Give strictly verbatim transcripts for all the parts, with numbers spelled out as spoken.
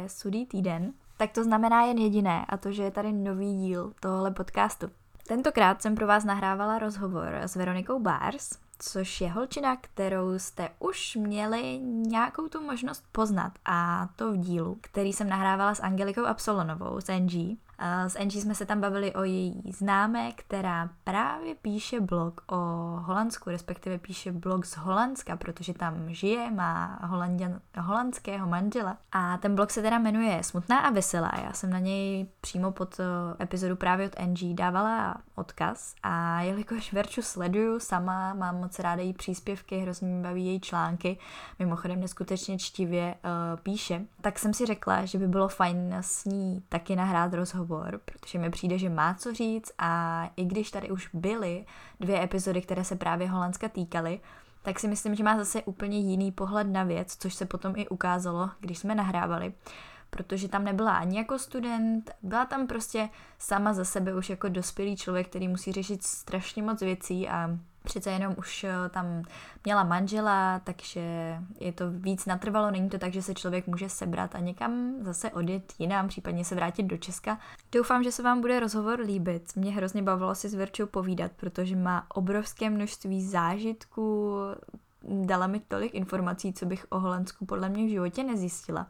sudý týden, tak to znamená jen jediné, a to, že je tady nový díl tohohle podcastu. Tentokrát jsem pro vás nahrávala rozhovor s Veronikou Bars, což je holčina, kterou jste už měli nějakou tu možnost poznat, a to v dílu, který jsem nahrávala s Angelikou Absolonovou z N G. S N G jsme se tam bavili o její známé, která právě píše blog o Holandsku, respektive píše blog z Holandska, protože tam žije, má holanděn, holandského manžela. A ten blog se teda jmenuje Smutná a veselá. Já jsem na něj přímo pod epizodu právě od N G dávala odkaz, a jelikož Verču sleduju sama, mám moc ráda její příspěvky, hrozně mi baví její články, mimochodem neskutečně čtivě uh, píše, tak jsem si řekla, že by bylo fajn s ní taky nahrát rozhovor, protože mi přijde, že má co říct, a i když tady už byly dvě epizody, které se právě Holandska týkaly, tak si myslím, že má zase úplně jiný pohled na věc, což se potom i ukázalo, když jsme nahrávali, protože tam nebyla ani jako student, byla tam prostě sama za sebe už jako dospělý člověk, který musí řešit strašně moc věcí, a přece jenom už tam měla manžela, takže je to víc natrvalo, není to tak, že se člověk může sebrat a někam zase odjet jinam, případně se vrátit do Česka. Doufám, že se vám bude rozhovor líbit. Mě hrozně bavilo si s Verčou povídat, protože má obrovské množství zážitků, dala mi tolik informací, co bych o Holandsku podle mě v životě nezjistila.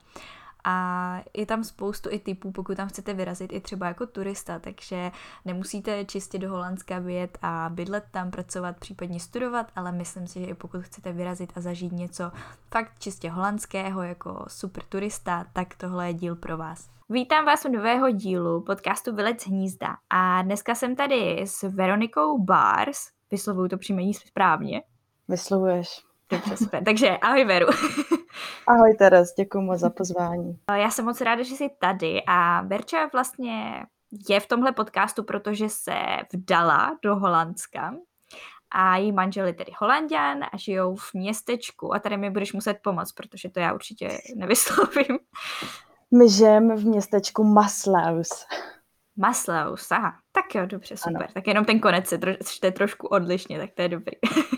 A je tam spoustu i typů, pokud tam chcete vyrazit i třeba jako turista, takže nemusíte čistě do Holandska vyjet a bydlet tam, pracovat, případně studovat, ale myslím si, že i pokud chcete vyrazit a zažít něco fakt čistě holandského jako super turista, tak tohle je díl pro vás. Vítám vás u nového dílu podcastu Vylec z hnízda, a dneska jsem tady s Veronikou Bars, vyslovuju to příjmení správně. Vyslovuješ. Dobře, super. Takže ahoj Veru. Ahoj Teres, děkuji moc za pozvání. Já jsem moc ráda, že jsi tady, a Verča vlastně je v tomhle podcastu, protože se vdala do Holandska a její manžel je tedy Holanďan a žijou v městečku, a tady mi budeš muset pomoct, protože to já určitě nevyslovím. My žijeme v městečku Maslaus. Maslaus, aha, tak jo, dobře, super. Ano. Tak jenom ten konec se tro, čte trošku odlišně, tak to je dobrý.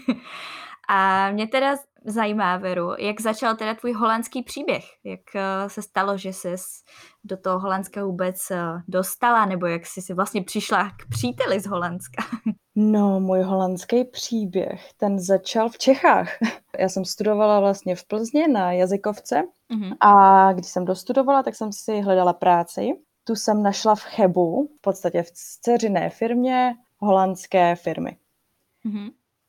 A mě teda zajímá, Veru, jak začal teda tvůj holandský příběh? Jak se stalo, že jsi do toho Holandska vůbec dostala, nebo jak jsi si vlastně přišla k příteli z Holandska? No, můj holandský příběh, ten začal v Čechách. Já jsem studovala vlastně v Plzni na jazykovce, mm-hmm. a když jsem dostudovala, tak jsem si hledala práci. Tu jsem našla v Chebu, v podstatě v dceřiné firmě holandské firmy. Mm-hmm.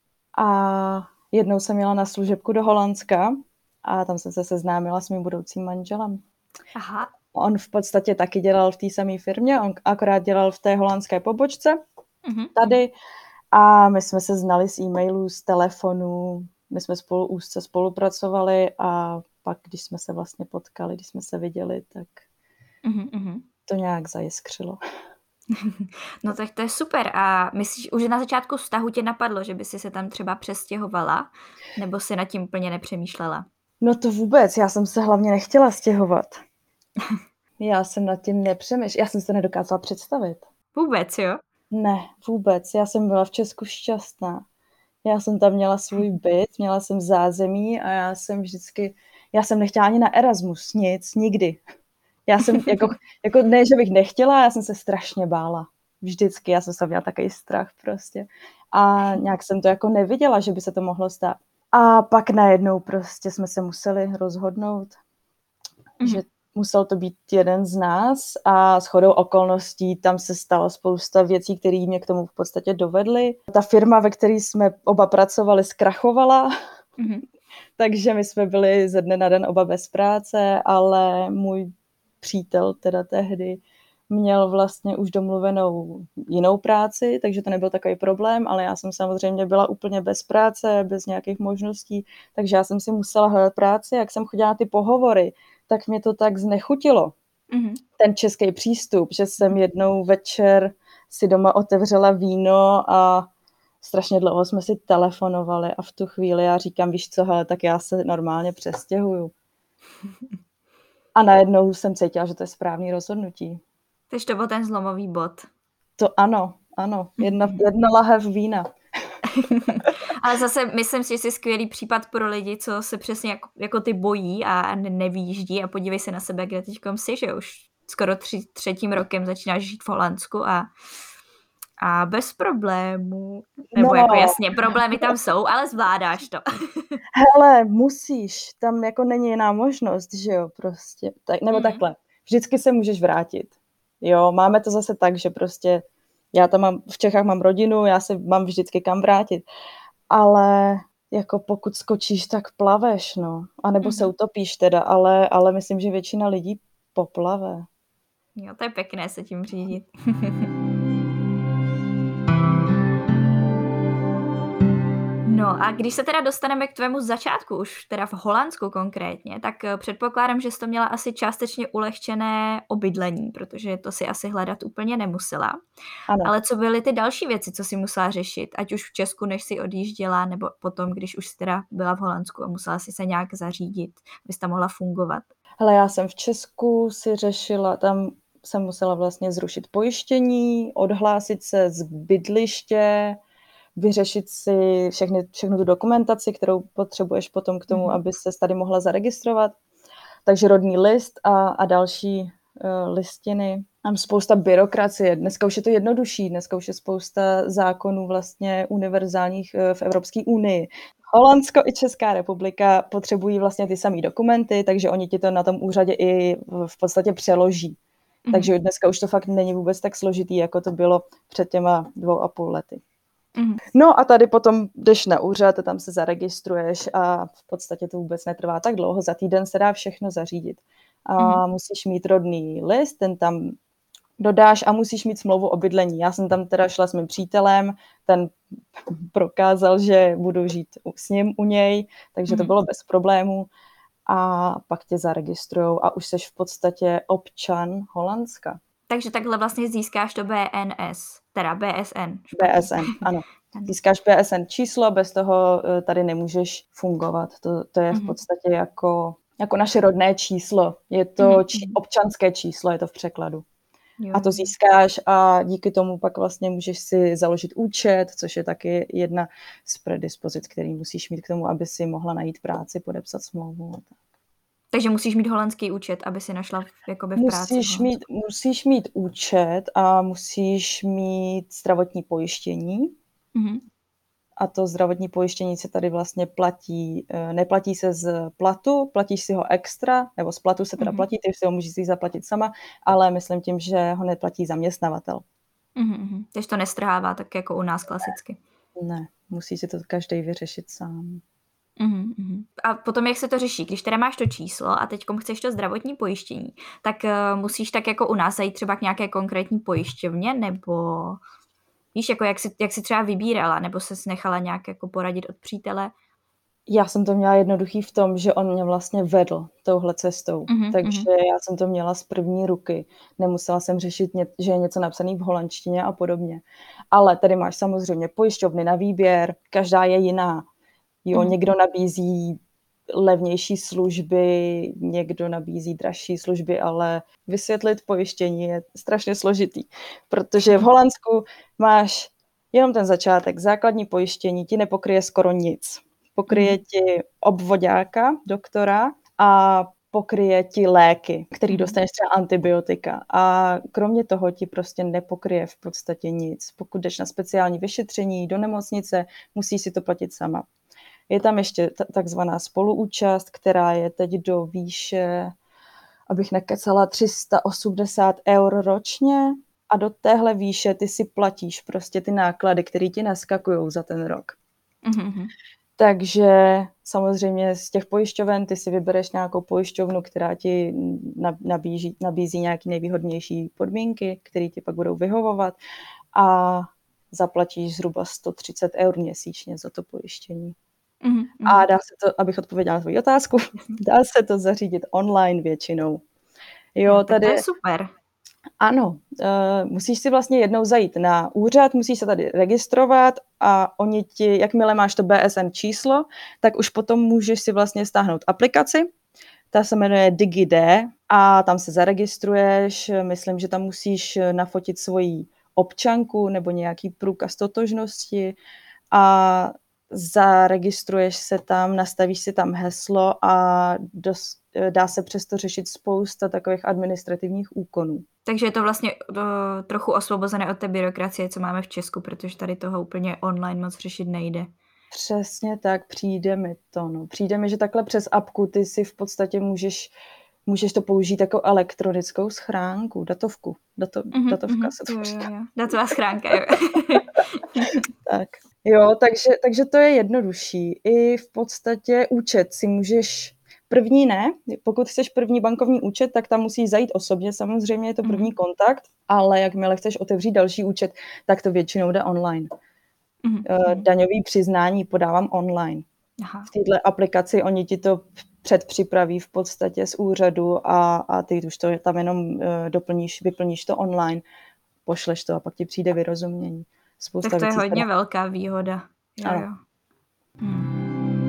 A jednou jsem jela na služebku do Holandska a tam jsem se seznámila s mým budoucím manželem. Aha. On v podstatě taky dělal v té samé firmě, on akorát dělal v té holandské pobočce mm-hmm. tady, a my jsme se znali z e-mailů, z telefonů, my jsme spolu úzce spolupracovali, a pak, když jsme se vlastně potkali, když jsme se viděli, tak mm-hmm. to nějak zajiskřilo. No tak to je super. A myslíš, už na začátku vztahu tě napadlo, že by si se tam třeba přestěhovala? Nebo si nad tím úplně nepřemýšlela? No to vůbec, já jsem se hlavně nechtěla stěhovat. Já jsem nad tím nepřemýšlela, já jsem se to nedokázala představit. Vůbec, jo? Ne, vůbec, já jsem byla v Česku šťastná. Já jsem tam měla svůj byt, měla jsem zázemí, a já jsem vždycky, já jsem nechtěla ani na Erasmus, nic, nikdy. Já jsem, jako, jako ne, že bych nechtěla, já jsem se strašně bála. Vždycky, já jsem se měla takový strach prostě. A nějak jsem to jako neviděla, že by se to mohlo stát. A pak najednou prostě jsme se museli rozhodnout, mm. že musel to být jeden z nás, a shodou okolností tam se stalo spousta věcí, které mě k tomu v podstatě dovedly. Ta firma, ve které jsme oba pracovali, zkrachovala, mm. takže my jsme byli ze dne na den oba bez práce, ale můj přítel teda tehdy měl vlastně už domluvenou jinou práci, takže to nebyl takový problém, ale já jsem samozřejmě byla úplně bez práce, bez nějakých možností, takže já jsem si musela hledat práci. Jak jsem chodila na ty pohovory, tak mě to tak znechutilo, mm-hmm. ten český přístup, že jsem jednou večer si doma otevřela víno a strašně dlouho jsme si telefonovali, a v tu chvíli já říkám, víš co, hele, tak já se normálně přestěhuju. A najednou jsem cítila, že to je správný rozhodnutí. Takže to byl ten zlomový bod. To ano, ano. Jedna, jedna lahev vína. Ale zase myslím si, že jsi skvělý případ pro lidi, co se přesně jako, jako ty bojí a nevýjíždí a podívej se na sebe, kde teďkom jsi, že už skoro tři, třetím rokem začínáš žít v Holandsku a, a bez problémů. Nebo No, jako jasně, problémy tam jsou, ale zvládáš to. hele, musíš, tam jako není jiná možnost, že jo, prostě, tak, nebo mm. takhle, vždycky se můžeš vrátit, jo, máme to zase tak, že prostě já tam mám, v Čechách mám rodinu, já se mám vždycky kam vrátit, ale jako pokud skočíš, tak plaveš, no, anebo mm. se utopíš teda, ale, ale myslím, že většina lidí poplave. Jo, to je pěkné se tím řídit. No a když se teda dostaneme k tvému začátku, už teda v Holandsku konkrétně, tak předpokládám, že jsi to měla asi částečně ulehčené obydlení, protože to si asi hledat úplně nemusela. Ano. Ale co byly ty další věci, co si musela řešit, ať už v Česku, než si odjížděla, nebo potom, když už jsi teda byla v Holandsku a musela si se nějak zařídit, abys tam mohla fungovat? Hele, já jsem v Česku si řešila, tam jsem musela vlastně zrušit pojištění, odhlásit se z bydliště, vyřešit si všechny, všechnu tu dokumentaci, kterou potřebuješ potom k tomu, mm-hmm. aby se tady mohla zaregistrovat. Takže rodný list a, a další uh, listiny. Mám spousta byrokracie. Dneska už je to jednodušší. Dneska už je spousta zákonů vlastně univerzálních uh, v Evropské unii. Holandsko i Česká republika potřebují vlastně ty samé dokumenty, takže oni ti to na tom úřadě i v podstatě přeloží. Mm-hmm. Takže dneska už to fakt není vůbec tak složitý, jako to bylo před těma dvou a půl lety. Mm. No a tady potom jdeš na úřad a tam se zaregistruješ a v podstatě to vůbec netrvá tak dlouho, za týden se dá všechno zařídit. A mm. musíš mít rodný list, ten tam dodáš a musíš mít smlouvu o bydlení. Já jsem tam teda šla s mým přítelem, ten prokázal, že budu žít s ním u něj, takže mm. to bylo bez problémů a pak tě zaregistrujou a už seš v podstatě občan Holandska. Takže takhle vlastně získáš to B N S, teda B S N. B S N, ano. Získáš B S N číslo, bez toho tady nemůžeš fungovat. To, to je v podstatě jako, jako naše rodné číslo. Je to či, občanské číslo, je to v překladu. Jo. A to získáš a díky tomu pak vlastně můžeš si založit účet, což je taky jedna z predispozic, který musíš mít k tomu, aby si mohla najít práci, podepsat smlouvu. Takže musíš mít holandský účet, aby si našla jakoby v práci. Musíš mít, musíš mít účet a musíš mít zdravotní pojištění. Mm-hmm. A to zdravotní pojištění se tady vlastně platí, neplatí se z platu, platíš si ho extra, nebo z platu se teda mm-hmm. platí, ty si ho můžeš si zaplatit sama, ale myslím tím, že ho neplatí zaměstnavatel. Mm-hmm. Takže to nestrhává tak jako u nás klasicky. Ne, musí si to každý vyřešit sám. Uhum. A potom, jak se to řeší? Když teda máš to číslo a teď chceš to zdravotní pojištění, tak uh, musíš tak jako u nás zajít třeba k nějaké konkrétní pojišťovně, nebo víš, jako jak jsi, jak jsi třeba vybírala, nebo ses nechala nějak jako poradit od přítele? Já jsem to měla jednoduchý v tom, že on mě vlastně vedl touhle cestou, uhum, takže uhum. já jsem to měla z první ruky. Nemusela jsem řešit, že je něco napsané v holandštině a podobně. Ale tady máš samozřejmě pojišťovny na výběr, každá je jiná. Jo, mm. někdo nabízí levnější služby, někdo nabízí dražší služby, ale vysvětlit pojištění je strašně složitý, protože v Holandsku máš jenom ten začátek, základní pojištění ti nepokryje skoro nic. Pokryje mm. ti obvoďáka, doktora a pokryje ti léky, který dostaneš třeba antibiotika a kromě toho ti prostě nepokryje v podstatě nic. Pokud jdeš na speciální vyšetření do nemocnice, musíš si to platit sama. Je tam ještě t- takzvaná spoluúčast, která je teď do výše, abych nekecala, tři sta osmdesát eur ročně a do téhle výše ty si platíš prostě ty náklady, které ti naskakují za ten rok. Mm-hmm. Takže samozřejmě z těch pojišťoven ty si vybereš nějakou pojišťovnu, která ti nabízí, nabízí nějaké nejvýhodnější podmínky, které ti pak budou vyhovovat a zaplatíš zhruba sto třicet eur měsíčně za to pojištění. Mm-hmm. A dá se to, abych odpověděla na tvou otázku, dá se to zařídit online většinou. Jo, no, tady to je super. Ano, uh, musíš si vlastně jednou zajít na úřad, musíš se tady registrovat a oni ti, jakmile máš to B S N číslo, tak už potom můžeš si vlastně stáhnout aplikaci, ta se jmenuje DigiD a tam se zaregistruješ, myslím, že tam musíš nafotit svoji občanku nebo nějaký průkaz totožnosti a zaregistruješ se tam, nastavíš si tam heslo a dos, dá se přesto řešit spousta takových administrativních úkonů. Takže je to vlastně uh, trochu osvobozené od té byrokracie, co máme v Česku, protože tady toho úplně online moc řešit nejde. Přesně tak, přijde mi to. No. Přijde mi, že takhle přes apku ty si v podstatě můžeš, můžeš to použít jako elektronickou schránku, datovku. Dato, Mm-hmm, datovka mm-hmm. se to říká. Jo, jo. Datová schránka, jo. Tak. Jo, takže, takže to je jednodušší. I v podstatě účet si můžeš, první ne, pokud chceš první bankovní účet, tak tam musíš zajít osobně, samozřejmě je to první mm-hmm. kontakt, ale jakmile chceš otevřít další účet, tak to většinou jde online. Mm-hmm. Daňový přiznání podávám online. Aha. V této aplikaci oni ti to předpřipraví v podstatě z úřadu a, a ty už to tam jenom uh, doplníš, vyplníš to online, pošleš to a pak ti přijde vyrozumění. Spousta tak to je věcí, hodně která... velká výhoda. Jo, jo. Hmm.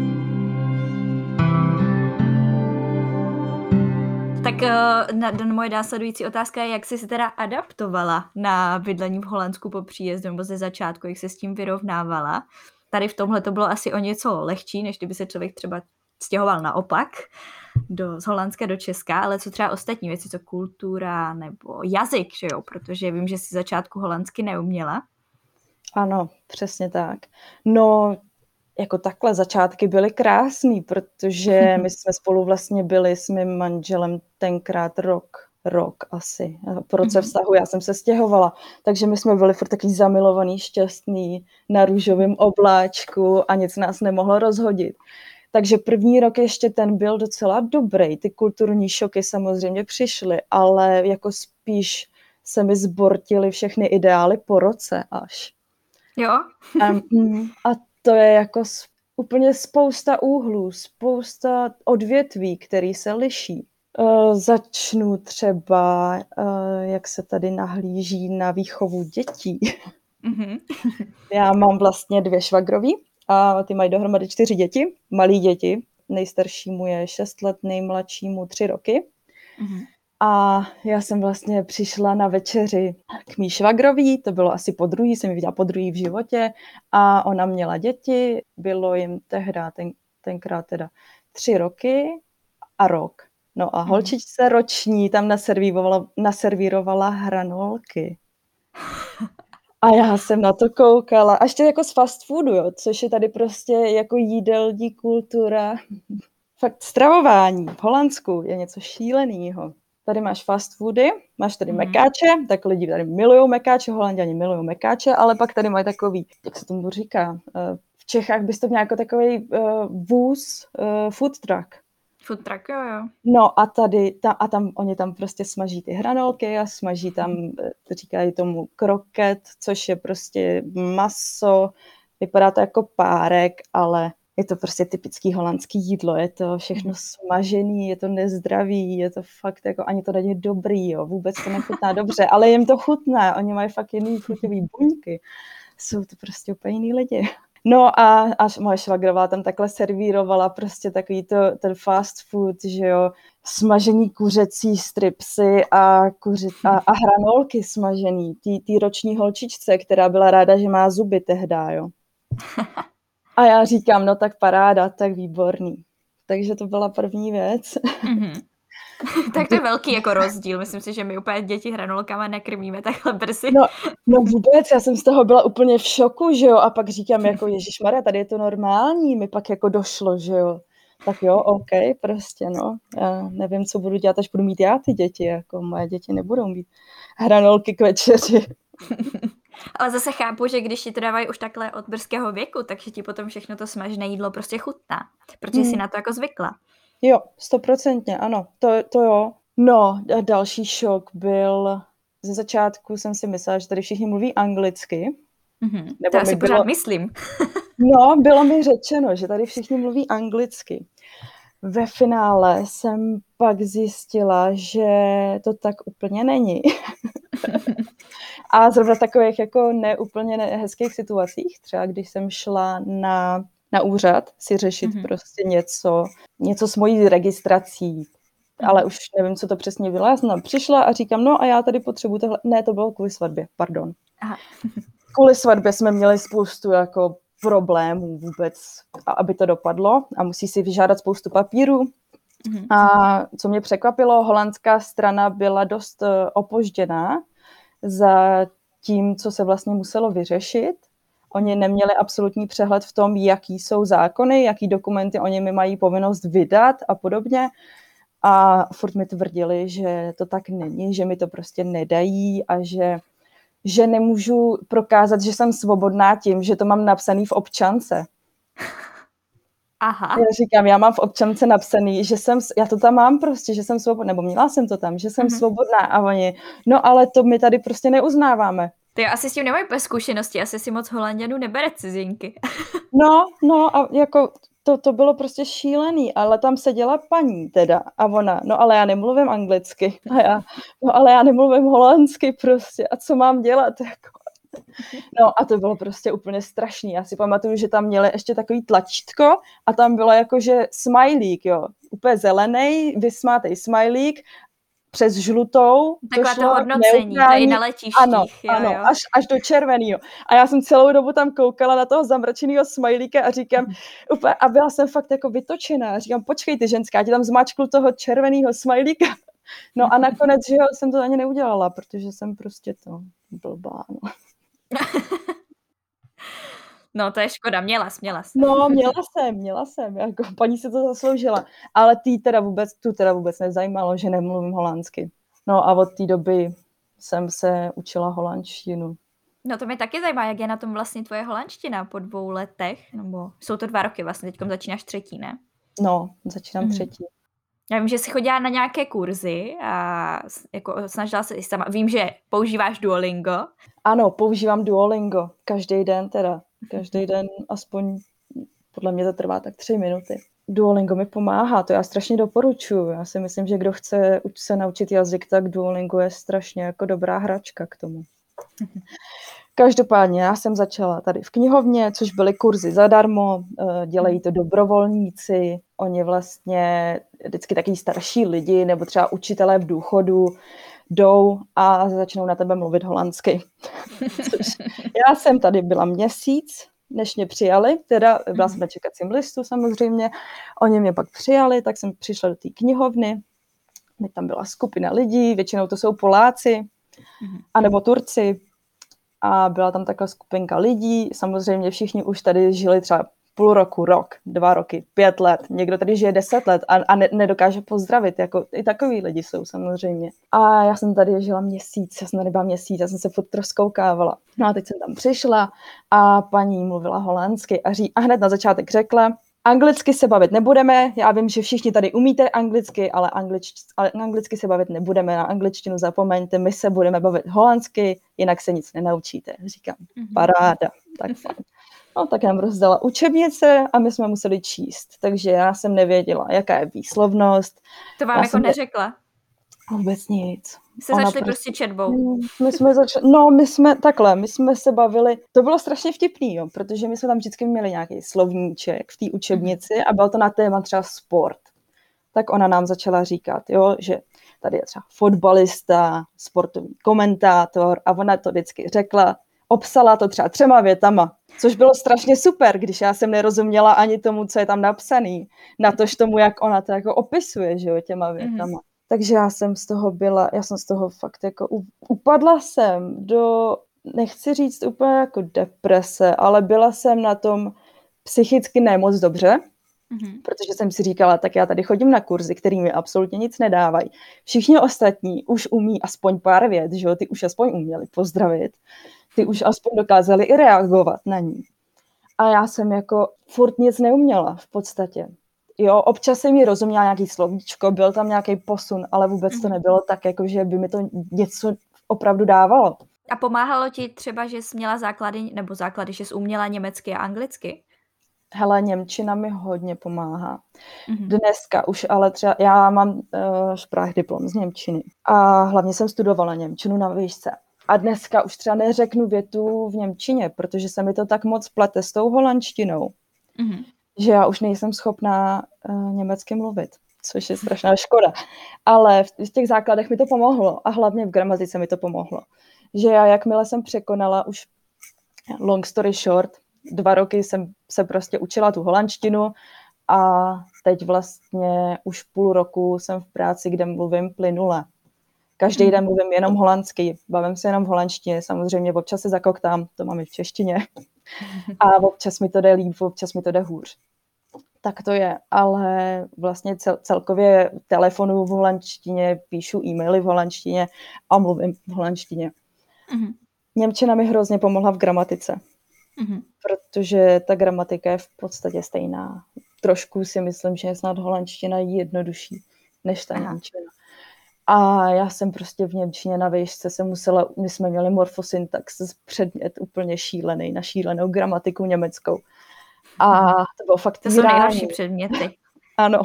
Tak na, na moje následující otázka je, jak jsi se teda adaptovala na bydlení v Holandsku po příjezdu, nebo ze začátku, jak se s tím vyrovnávala. Tady v tomhle to bylo asi o něco lehčí, než kdyby se člověk třeba stěhoval naopak do, z Holandska do Česka, ale co třeba ostatní věci, co kultura nebo jazyk, že jo, protože vím, že jsi začátku holandsky neuměla. Ano, přesně tak. No, jako takhle začátky byly krásný, protože my jsme spolu vlastně byli s mým manželem tenkrát rok, rok asi, po roce vztahu, já jsem se stěhovala, takže my jsme byli furt taky zamilovaný, šťastný, na růžovém obláčku a nic nás nemohlo rozhodit. Takže první rok ještě ten byl docela dobrý, ty kulturní šoky samozřejmě přišly, ale jako spíš se mi zbortily všechny ideály po roce až. Jo? a, a to je jako úplně spousta úhlů, spousta odvětví, které se liší. Uh, začnu třeba, uh, jak se tady nahlíží na výchovu dětí. Mm-hmm. Já mám vlastně dvě švagrový a ty mají dohromady čtyři děti, malí děti. Nejstaršímu je šest let, nejmladšímu tři roky. Mm-hmm. A já jsem vlastně přišla na večeři k mý švagrový, to bylo asi po druhý, jsem ji viděla po druhý v životě a ona měla děti, bylo jim tehda, ten, tenkrát teda tři roky a rok. No a holčičce roční tam naservírovala, naservírovala hranolky. A já jsem na to koukala, a ještě jako z fast foodu, jo, což je tady prostě jako jídelní kultura. Fakt stravování v Holandsku je něco šílenýho. Tady máš fast foody, máš tady mm. mekáče, tak lidi tady milujou mekáče, Holanděni milujou mekáče, ale pak tady mají takový, jak se tomu říká, v Čechách bys to měl jako takový uh, vůz, uh, food truck. Food truck, jo, jo. No a tady, ta, a tam, oni tam prostě smaží ty hranolky a smaží tam, říkají tomu kroket, což je prostě maso, vypadá to jako párek, ale je to prostě typický holandský jídlo, je to všechno smažený, je to nezdravý, je to fakt jako, ani to není dobrý, jo, vůbec to nechutná dobře, ale jim to chutná, oni mají fakt jiný chutivý buňky, jsou to prostě úplně jiný lidi. No a až moje švagrová tam takhle servírovala prostě takový to, ten fast food, že jo, smažený kuřecí stripsy a, kuři, a, a hranolky smažený, tý roční holčičce, která byla ráda, že má zuby tehda, jo. A já říkám, no tak paráda, tak výborný. Takže to byla první věc. Mm-hmm. Tak to je velký jako rozdíl. Myslím si, že my úplně děti hranolkama nekrmíme takhle brzy. No, no vůbec, já jsem z toho byla úplně v šoku, že jo, a pak říkám jako ježišmarja, tady je to normální, mi pak jako došlo, že jo. Tak jo, OK, prostě no. Já nevím, co budu dělat, až budu mít já ty děti, jako moje děti nebudou mít hranolky k večeři. Ale zase chápu, že když ti to dávají už takhle od brzkého věku, takže ti potom všechno to smažené jídlo prostě chutná, protože jsi hmm. na to jako zvykla. Jo, stoprocentně, ano, to, to jo. No, a další šok byl, ze začátku jsem si myslela, že tady všichni mluví anglicky. Mm-hmm. Nebo to já si bylo, pořád myslím. No, bylo mi řečeno, že tady všichni mluví anglicky. Ve finále jsem pak zjistila, že to tak úplně není. A zrovna v takových jako neúplně hezkých situacích, třeba když jsem šla na, na úřad si řešit mm-hmm. prostě něco, něco s mojí registrací, mm-hmm. ale už nevím, co to přesně bylo. Já jsem tam přišla a říkám, no a já tady potřebuji tohle. Ne, to bylo kvůli svatbě, pardon. Aha. Kvůli svatbě jsme měli spoustu jako problémů vůbec, aby to dopadlo a musí si vyžádat spoustu papírů. Mm-hmm. A co mě překvapilo, holandská strana byla dost opožděná za tím, co se vlastně muselo vyřešit. Oni neměli absolutní přehled v tom, jaký jsou zákony, jaký dokumenty oni mi mají povinnost vydat a podobně. A furt mi tvrdili, že to tak není, že mi to prostě nedají a že, že nemůžu prokázat, že jsem svobodná tím, že to mám napsaný v občance. Aha. Já říkám, já mám v občance napsaný, že jsem, já to tam mám prostě, že jsem svobodná, nebo měla jsem to tam, že jsem mm-hmm. svobodná a oni, no ale to my tady prostě neuznáváme. Ty asi s tím nemají bez zkušenosti, asi si moc Holanďanů nebere cizinky. No, no a jako to, to bylo prostě šílený, ale tam seděla paní teda a ona, no ale já nemluvím anglicky a já, no ale já nemluvím holandsky prostě a co mám dělat, jako. No a to bylo prostě úplně strašný. Já si pamatuju, že tam měli ještě takový tlačítko a tam bylo jakože smajlík, jo. Úplně zelený, vysmátej smajlík přes žlutou. Takové to, to hodnocení, neutrální, to i na letištích. Ano, jo, ano jo. Až, až do červeného. A já jsem celou dobu tam koukala na toho zamračenýho smajlíka a říkám, úplně, a byla jsem fakt jako vytočená. A říkám, počkej ty ženská, ti tam zmáčkl toho červeného smajlíka. No a nakonec, že jo, jsem to ani neudělala, protože jsem prostě to blbá, no. No to je škoda, měla jsi, měla jsi. No, měla jsem, měla jsem, jako paní se to zasloužila, ale tý teda vůbec, tu teda vůbec nezajímalo, že nemluvím holandsky. No a od té doby jsem se učila holandštinu. No to mě taky zajímá, jak je na tom vlastně tvoje holandština po dvou letech, nebo jsou to dva roky vlastně, teďkom začínáš třetí, ne? No, začínám mm. třetí. Já vím, že jsi chodila na nějaké kurzy a jako snažila se i sama. Vím, že používáš Duolingo. Ano, používám Duolingo. Každý den teda. Každý den aspoň, podle mě to trvá tak tři minuty. Duolingo mi pomáhá, to já strašně doporučuji. Já si myslím, že kdo chce se naučit jazyk, tak Duolingo je strašně jako dobrá hračka k tomu. Každopádně já jsem začala tady v knihovně, což byly kurzy zadarmo, dělají to dobrovolníci, oni vlastně vždycky taky starší lidi nebo třeba učitelé v důchodu jdou a začnou na tebe mluvit holandsky. Což já jsem tady byla měsíc, než mě přijali, teda byla jsem na čekacím listu samozřejmě, oni mě pak přijali, tak jsem přišla do té knihovny, tam byla skupina lidí, většinou to jsou Poláci, anebo Turci, a byla tam taková skupinka lidí, samozřejmě všichni už tady žili třeba půl roku, rok, dva roky, pět let, někdo tady žije deset let a, a ne, nedokáže pozdravit, jako i takový lidi jsou samozřejmě. A já jsem tady žila měsíc, já jsem tady byla měsíc, já jsem se furt rozkoukávala. No a teď jsem tam přišla a paní mluvila holandsky a, ří, a hned na začátek řekla, anglicky se bavit nebudeme, já vím, že všichni tady umíte anglicky, ale, anglič, ale anglicky se bavit nebudeme, na angličtinu zapomeňte, my se budeme bavit holandsky, jinak se nic nenaučíte. Říkám, paráda, tak fajn. No tak nám rozdala učebnice a my jsme museli číst, takže já jsem nevěděla, jaká je výslovnost. To vám já jako neřekla? Ne... Vůbec nic. Jste Ona začali prostě četbou. My jsme začali, no my jsme takhle, my jsme se bavili, to bylo strašně vtipný, jo, protože my jsme tam vždycky měli nějaký slovníček v té učebnici a bylo to na téma třeba sport. Tak ona nám začala říkat, jo, že tady je třeba fotbalista, sportovní komentátor a ona to vždycky řekla, obsala to třeba třema větama, což bylo strašně super, když já jsem nerozuměla ani tomu, co je tam napsaný, natož tomu, jak ona to jako opisuje, že jo, těma větama. Mm-hmm. Takže já jsem z toho byla, já jsem z toho fakt jako, upadla jsem do, nechci říct úplně jako deprese, ale byla jsem na tom psychicky nemoc dobře, mm-hmm. protože jsem si říkala, tak já tady chodím na kurzy, který mi absolutně nic nedávají. Všichni ostatní už umí aspoň pár vět, že jo, ty už aspoň uměli pozdravit, ty už aspoň dokázali i reagovat na ní. A já jsem jako furt nic neuměla v podstatě. Jo, občas jsem mi rozuměla nějaký slovíčko, byl tam nějaký posun, ale vůbec to nebylo tak, jako že by mi to něco opravdu dávalo. A pomáhalo ti třeba, že jsi měla základy, nebo základy, že jsi uměla německy a anglicky? Hele, němčina mi hodně pomáhá. Mm-hmm. Dneska už ale třeba, já mám uh, sprachdiplom z němčiny a hlavně jsem studovala němčinu na výšce. A dneska už třeba neřeknu větu v němčině, protože se mi to tak moc plete s tou holandštinou, mm-hmm. že já už nejsem schopná uh, německy mluvit, což je strašná škoda. Ale v, v těch základech mi to pomohlo a hlavně v gramatice mi to pomohlo. Že já, jakmile jsem překonala už long story short, dva roky jsem se prostě učila tu holandštinu a teď vlastně už půl roku jsem v práci, kde mluvím plynule. Každý den mluvím jenom holandsky, bavím se jenom v holandštině, samozřejmě občas se zakoktám, to mám i v češtině. A občas mi to jde líp, občas mi to jde hůř. Tak to je, ale vlastně cel, celkově telefonuju v holandštině, píšu e-maily v holandštině a mluvím v holandštině. Mm-hmm. Němčina mi hrozně pomohla v gramatice, mm-hmm. protože ta gramatika je v podstatě stejná. Trošku si myslím, že je snad holandština jednodušší než ta Aha. němčina. A já jsem prostě v němčině na výšce se musela, my jsme měli morfosyntax, předmět úplně šílený, na šílenou gramatiku německou. A to bylo fakt To jsou nejhorší předměty. Ano.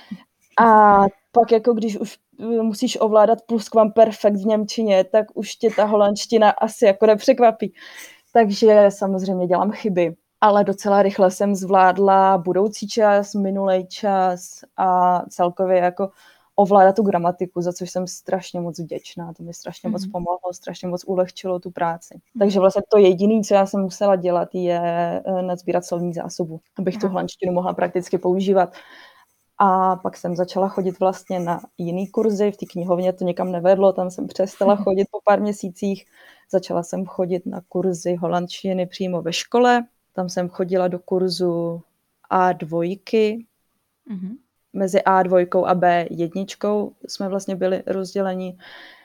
A pak jako když už musíš ovládat pluskvamperfekt v němčině, tak už tě ta holandština asi jako nepřekvapí. Takže samozřejmě dělám chyby. Ale docela rychle jsem zvládla budoucí čas, minulý čas a celkově jako ovládat tu gramatiku, za což jsem strašně moc vděčná. To mi strašně mm. moc pomohlo, strašně moc ulehčilo tu práci. Mm. Takže vlastně to jediné, co já jsem musela dělat, je nazbírat slovní zásobu, abych Aha. tu holandštinu mohla prakticky používat. A pak jsem začala chodit vlastně na jiný kurzy, v té knihovně to někam nevedlo, tam jsem přestala chodit po pár měsících. Začala jsem chodit na kurzy holandštiny přímo ve škole, tam jsem chodila do kurzu á dva. Mm. Mezi á dva a bé jedna jsme vlastně byli rozděleni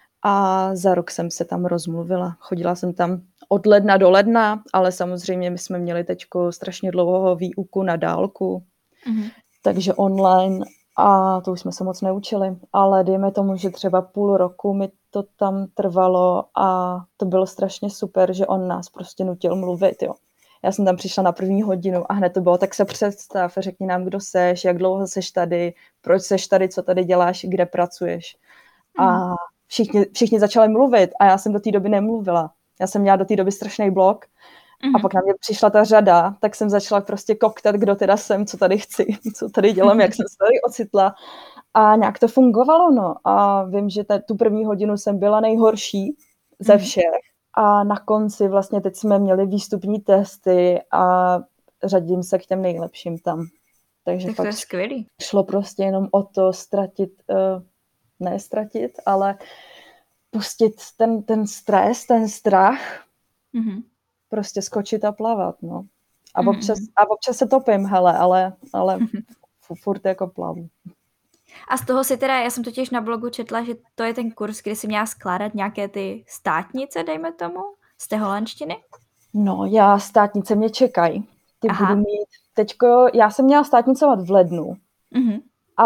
a za rok jsem se tam rozmluvila. Chodila jsem tam od ledna do ledna, ale samozřejmě my jsme měli teďko strašně dlouhou výuku na dálku, mm-hmm. takže online a to už jsme se moc neučili, ale dejme tomu, že třeba půl roku mi to tam trvalo a to bylo strašně super, že on nás prostě nutil mluvit, jo. Já jsem tam přišla na první hodinu a hned to bylo, tak se představ, řekni nám, kdo seš, jak dlouho seš tady, proč seš tady, co tady děláš, kde pracuješ. Mm. A všichni, všichni začali mluvit a já jsem do té doby nemluvila. Já jsem měla do té doby strašný blok mm. a pak na mě přišla ta řada, tak jsem začala prostě koktat, kdo teda jsem, co tady chci, co tady dělám, jak jsem se tady ocitla. A nějak to fungovalo, no. A vím, že ta, tu první hodinu jsem byla nejhorší ze všech. A na konci vlastně teď jsme měli výstupní testy a řadím se k těm nejlepším tam. Takže tak to je skvělý. Šlo prostě jenom o to ztratit, uh, ne ztratit, ale pustit ten, ten stres, ten strach, mm-hmm. prostě skočit a plavat, no. A občas, mm-hmm. a občas se topím, hele, ale, ale mm-hmm. furt jako plavu. A z toho si teda, já jsem totiž na blogu četla, že to je ten kurz, kdy si měla skládat nějaké ty státnice, dejme tomu, z té holandštiny? No, já státnice mě čekají. Ty Aha. budu mít teďko, já jsem měla státnicovat v lednu, mm-hmm.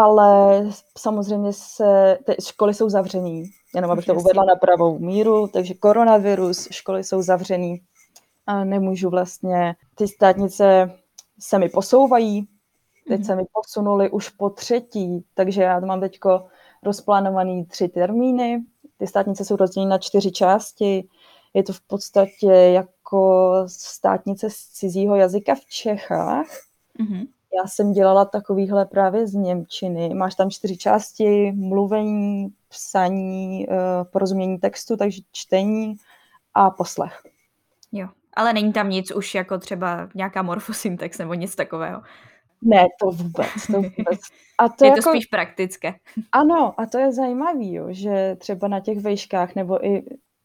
ale samozřejmě se, ty školy jsou zavřený, jenom abych to uvedla na pravou míru, takže koronavirus, školy jsou zavřený a nemůžu vlastně, ty státnice se mi posouvají. Teď se mi posunuli už po třetí, takže já mám teďko rozplánovaný tři termíny. Ty státnice jsou rozděleny na čtyři části. Je to v podstatě jako státnice z cizího jazyka v Čechách. Mm-hmm. Já jsem dělala takovýhle právě z němčiny. Máš tam čtyři části, mluvení, psaní, porozumění textu, takže čtení a poslech. Jo, ale není tam nic už jako třeba nějaká morfosyntax nebo nic takového. Ne, to vůbec, to vůbec. A to je jako, to spíš praktické. Ano, a to je zajímavý, jo, že třeba na těch vejškách nebo i,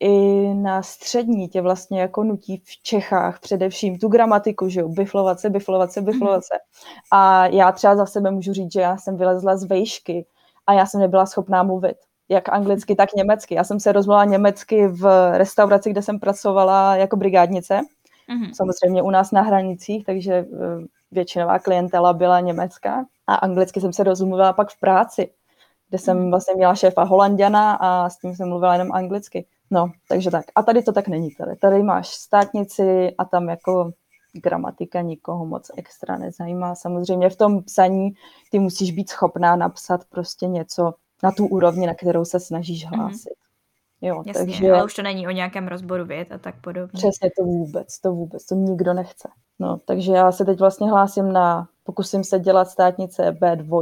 i na střední tě vlastně jako nutí v Čechách především tu gramatiku, že jo, biflovat se, biflovat se, biflovat se. A já třeba za sebe můžu říct, že já jsem vylezla z vejšky a já jsem nebyla schopná mluvit. Jak anglicky, tak německy. Já jsem se rozmluvila německy v restauraci, kde jsem pracovala jako brigádnice. Mm-hmm. Samozřejmě u nás na hranicích, takže většinová klientela byla německá a anglicky jsem se rozmluvila pak v práci, kde jsem vlastně měla šéfa Holanďana a s tím jsem mluvila jenom anglicky. No, takže tak. A tady to tak není tady. Tady máš státnici a tam jako gramatika nikoho moc extra nezajímá. Samozřejmě v tom psaní ty musíš být schopná napsat prostě něco na tu úrovni, na kterou se snažíš hlásit. Mm-hmm. Jo, jasně, takže... ale už to není o nějakém rozboru vět a tak podobně. Přesně, to vůbec, to vůbec, to nikdo nechce. No, takže já se teď vlastně hlásím na, pokusím se dělat státnice bé dva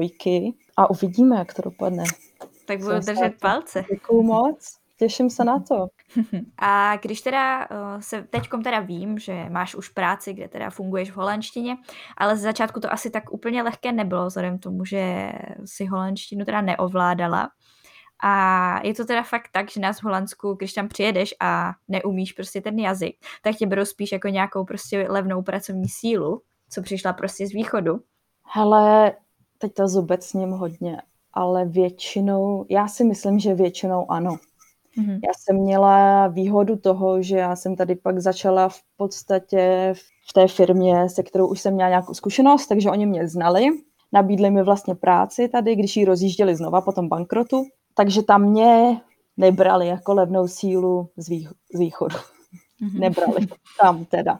a uvidíme, jak to dopadne. Tak budu držet palce. Děkuju moc, těším se na to. A když teda se teďkom teda vím, že máš už práci, kde teda funguješ v holandštině, ale z začátku to asi tak úplně lehké nebylo, vzhledem k tomu, že si holandštinu teda neovládala. A je to teda fakt tak, že nás v Holandsku, když tam přijedeš a neumíš prostě ten jazyk, tak tě berou spíš jako nějakou prostě levnou pracovní sílu, co přišla prostě z východu. Hele, teď to zobecním hodně, ale většinou, já si myslím, že většinou ano. Mm-hmm. Já jsem měla výhodu toho, že já jsem tady pak začala v podstatě v té firmě, se kterou už jsem měla nějakou zkušenost, takže oni mě znali. Nabídli mi vlastně práci tady, když ji rozjížděli znova po tom bankrotu. Takže tam mě nebrali jako levnou sílu z, vých- z východu. Mm-hmm. Nebrali tam teda.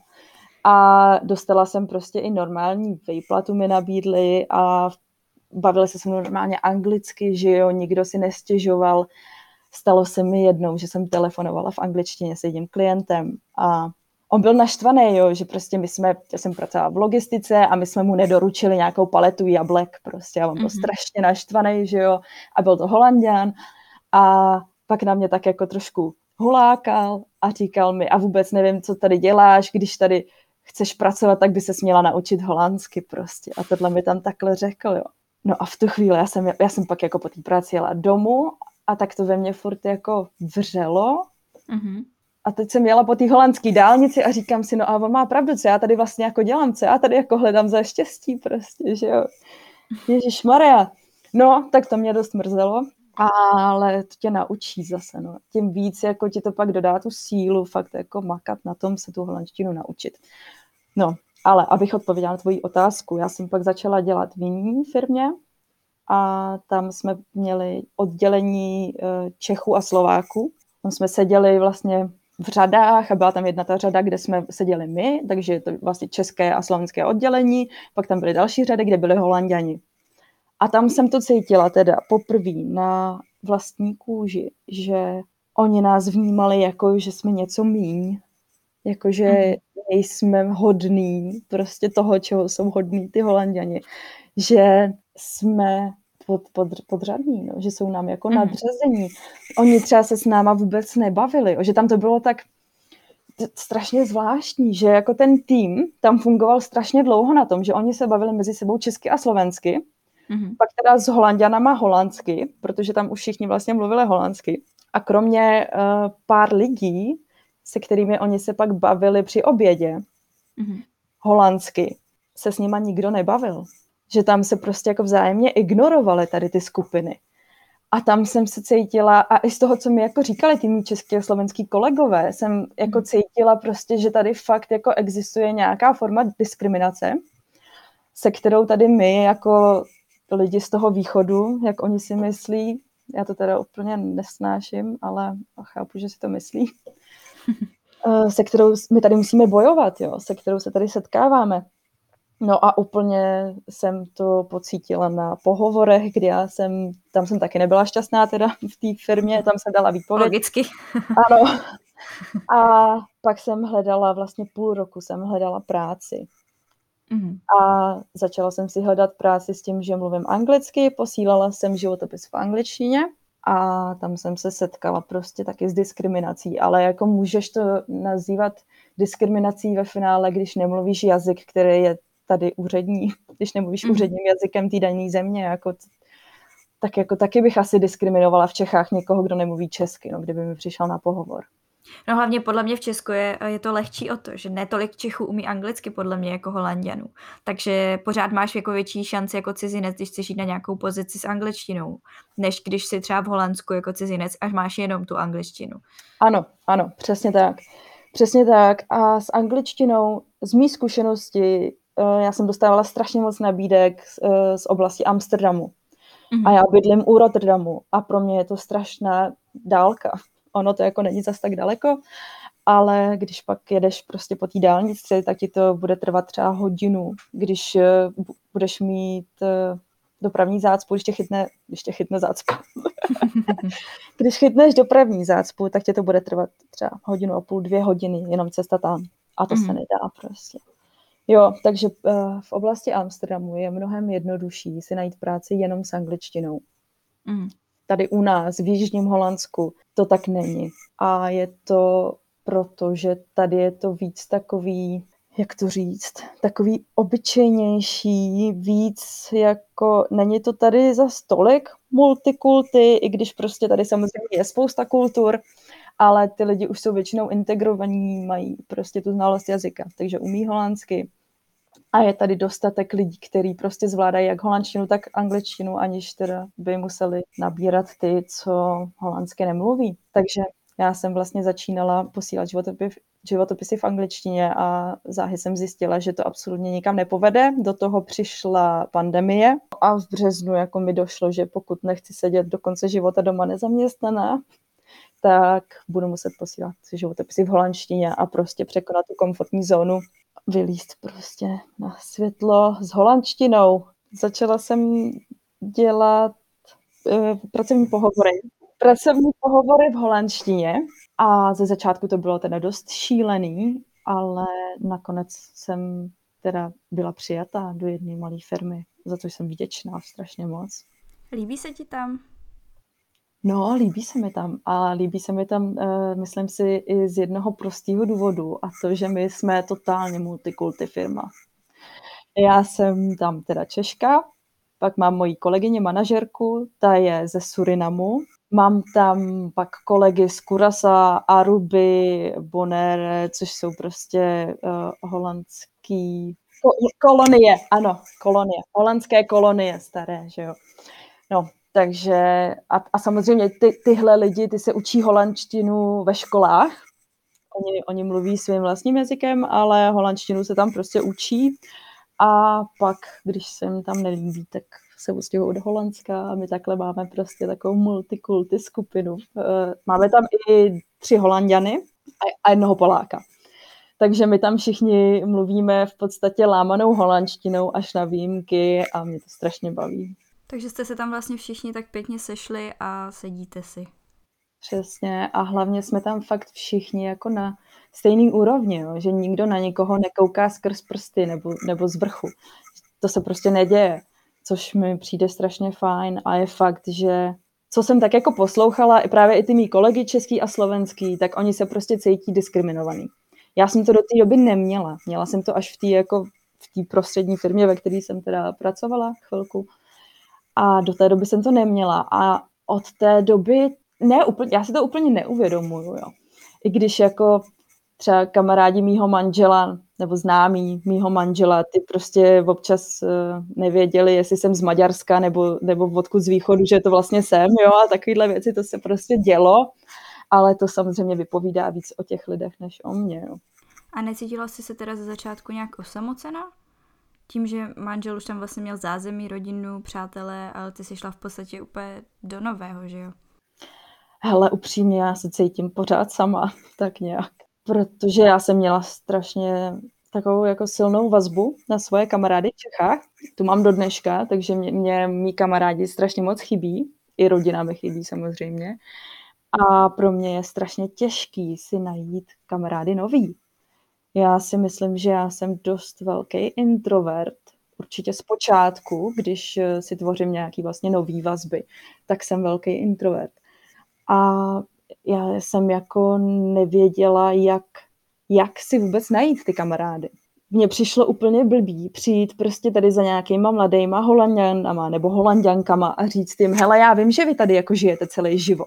A dostala jsem prostě i normální výplatu mi nabídli a bavili se se mnou normálně anglicky, že jo, nikdo si nestěžoval. Stalo se mi jednou, že jsem telefonovala v angličtině s jedním klientem a on byl naštvaný, jo, že prostě my jsme, já jsem pracovala v logistice a my jsme mu nedoručili nějakou paletu jablek prostě a on byl mm-hmm. strašně naštvaný, že jo, a byl to Holanďan a pak na mě tak jako trošku hulákal a říkal mi a vůbec nevím, co tady děláš, když tady chceš pracovat, tak by se směla naučit holandsky prostě a tohle mi tam takhle řekl, jo. No a v tu chvíli já jsem, já jsem pak jako po té práci jela domů a tak to ve mně furt jako vřelo. Mm-hmm. A teď jsem jela po té holandské dálnici a říkám si, no a on má pravdu, co já tady vlastně jako dělám, co já tady jako hledám za štěstí prostě, že jo. Ježišmarja. No, tak to mě dost mrzelo, ale to tě naučí zase, no. Tím víc jako ti to pak dodá tu sílu fakt jako makat na tom se tu holandštinu naučit. No, ale abych odpověděla na tvoji otázku, já jsem pak začala dělat v jiné firmě, a tam jsme měli oddělení Čechů a Slováků. Tam jsme seděli vlastně v řadách a byla tam jedna ta řada, kde jsme seděli my, takže je to vlastně české a slovenské oddělení. Pak tam byly další řady, kde byli Holanďani. A tam jsem to cítila teda poprvé na vlastní kůži, že oni nás vnímali jako, že jsme něco míň. Jakože nejsme hodní prostě toho, čeho jsou hodní ty Holanďani. Že jsme pod, pod, podřadní, no, že jsou nám jako mm. nadřazení. Oni třeba se s náma vůbec nebavili, že tam to bylo tak strašně zvláštní, že jako ten tým tam fungoval strašně dlouho na tom, že oni se bavili mezi sebou česky a slovensky, mm. pak teda s Holanďanama holandsky, protože tam už všichni vlastně mluvili holandsky. A kromě uh, pár lidí, se kterými oni se pak bavili při obědě mm. holandsky, se s nima nikdo nebavil. Že tam se prostě jako vzájemně ignorovaly tady ty skupiny. A tam jsem se cítila, a i z toho, co mi jako říkali ty mý český a slovenský kolegové, jsem jako cítila prostě, že tady fakt jako existuje nějaká forma diskriminace, se kterou tady my jako lidi z toho východu, jak oni si myslí, já to teda úplně nesnáším, ale chápu, že si to myslí, se kterou my tady musíme bojovat, jo, se kterou se tady setkáváme. No a úplně jsem to pocítila na pohovorech, kdy já jsem, tam jsem taky nebyla šťastná teda v té firmě, tam jsem dala výpověď. Logicky. Ano. A pak jsem hledala, vlastně půl roku jsem hledala práci. Mm. A začala jsem si hledat práci s tím, že mluvím anglicky, posílala jsem životopis v angličtině a tam jsem se setkala prostě taky s diskriminací, ale jako můžeš to nazývat diskriminací ve finále, když nemluvíš jazyk, který je tady úřední, když nemluvíš mm. úředním jazykem té dané země, jako, tak jako taky bych asi diskriminovala v Čechách někoho, kdo nemluví česky, no, kdyby mi přišel na pohovor. No hlavně podle mě v Česku je, je to lehčí o to, že ne tolik Čechů umí anglicky podle mě jako Holanďanů. Takže pořád máš jako větší šanci jako cizinec, když chceš jít na nějakou pozici s angličtinou, než když jsi třeba v Holandsku jako cizinec a máš jenom tu angličtinu. Ano, ano, přesně tak. Přesně tak. A s angličtinou, z mý zkušenosti, já jsem dostávala strašně moc nabídek z, z oblasti Amsterdamu. Mm-hmm. A já bydlím u Rotterdamu a pro mě je to strašná dálka. Ono to jako není zas tak daleko, ale když pak jedeš prostě po té dálnici, tak ti to bude trvat třeba hodinu. Když budeš mít dopravní zácpu, když tě chytne, když tě chytne zácpa. Když chytneš dopravní zácpu, tak tě to bude trvat třeba hodinu a půl, dvě hodiny, jenom cesta tam. A to mm. se nedá prostě. Jo, takže uh, v oblasti Amsterdamu je mnohem jednodušší si najít práci jenom s angličtinou. Mm. tady u nás v Jižním Holandsku to tak není. A je to proto, že tady je to víc takový, jak to říct, takový obyčejnější, víc jako, není to tady za stolik multikulty, i když prostě tady samozřejmě je spousta kultur, ale ty lidi už jsou většinou integrovaní, mají prostě tu znalost jazyka, takže umí holandsky. A je tady dostatek lidí, kteří prostě zvládají jak holandštinu, tak angličtinu, aniž teda by museli nabírat ty, co holandsky nemluví. Takže já jsem vlastně začínala posílat životopisy, životopisy v angličtině a záhy jsem zjistila, že to absolutně nikam nepovede. Do toho přišla pandemie a v březnu jako mi došlo, že pokud nechci sedět do konce života doma nezaměstnaná, tak budu muset posílat životopisy v holandštině a prostě překonat tu komfortní zónu, vylízt prostě na světlo s holandštinou. Začala jsem dělat uh, pracovní pohovory. Pracovní pohovory v holandštině a ze začátku to bylo teda dost šílený, ale nakonec jsem teda byla přijatá do jedné malé firmy, za to jsem vděčná strašně moc. Líbí se ti tam? No, líbí se mi tam a líbí se mi tam, uh, myslím si, i z jednoho prostého důvodu a to, že my jsme totálně multikulty firma. Já jsem tam teda Češka, pak mám moji kolegyně manažerku, ta je ze Surinamu, mám tam pak kolegy z Curaçao, Aruby, Bonaire, což jsou prostě uh, holandský ko- kolonie, ano, kolonie, holandské kolonie staré, že jo. No, takže a, a samozřejmě ty, tyhle lidi, ty se učí holandštinu ve školách. Oni, oni mluví svým vlastním jazykem, ale holandštinu se tam prostě učí. A pak, když se jim tam nelíbí, tak se ustěhují do Holandska a my takhle máme prostě takovou multikulty skupinu. Máme tam i tři Holanďany a jednoho Poláka. Takže my tam všichni mluvíme v podstatě lámanou holandštinou až na výjimky a mě to strašně baví. Takže jste se tam vlastně všichni tak pěkně sešli a sedíte si. Přesně a hlavně jsme tam fakt všichni jako na stejný úrovni, jo? Že nikdo na nikoho nekouká skrz prsty nebo, nebo z vrchu. To se prostě neděje, což mi přijde strašně fajn a je fakt, že co jsem tak jako poslouchala, i právě i ty mý kolegy český a slovenský, tak oni se prostě cítí diskriminovaný. Já jsem to do té doby neměla. Měla jsem to až v té jako v té prostřední firmě, ve které jsem teda pracovala chvilku. A do té doby jsem to neměla. A od té doby, ne úplně, já si to úplně neuvědomuju, jo. I když jako třeba kamarádi mýho manžela, nebo známí mýho manžela, ty prostě občas uh, nevěděli, jestli jsem z Maďarska, nebo, nebo odkud z východu, že to vlastně jsem, jo, a takovýhle věci, to se prostě dělo. Ale to samozřejmě vypovídá víc o těch lidech, než o mně, jo. A necítila jsi se teda ze začátku nějak osamocená? Tím, že manžel už tam vlastně měl zázemí, rodinu, přátelé, ale ty jsi šla v podstatě úplně do nového, že jo? Hele, upřímně, já se cítím pořád sama, tak nějak. Protože já jsem měla strašně takovou jako silnou vazbu na svoje kamarády v Čechách. Tu mám do dneška, takže mě, mě mý kamarádi strašně moc chybí. I rodina mi chybí samozřejmě. A pro mě je strašně těžký si najít kamarády nový. Já si myslím, že já jsem dost velký introvert. Určitě zpočátku, když si tvořím nějaký vlastně nový vazby, tak jsem velký introvert. A já jsem jako nevěděla, jak, jak si vůbec najít ty kamarády. Mně přišlo úplně blbý přijít prostě tady za nějakýma mladejma Holanďanama nebo Holanďankama a říct jim, hele, já vím, že vy tady jako žijete celý život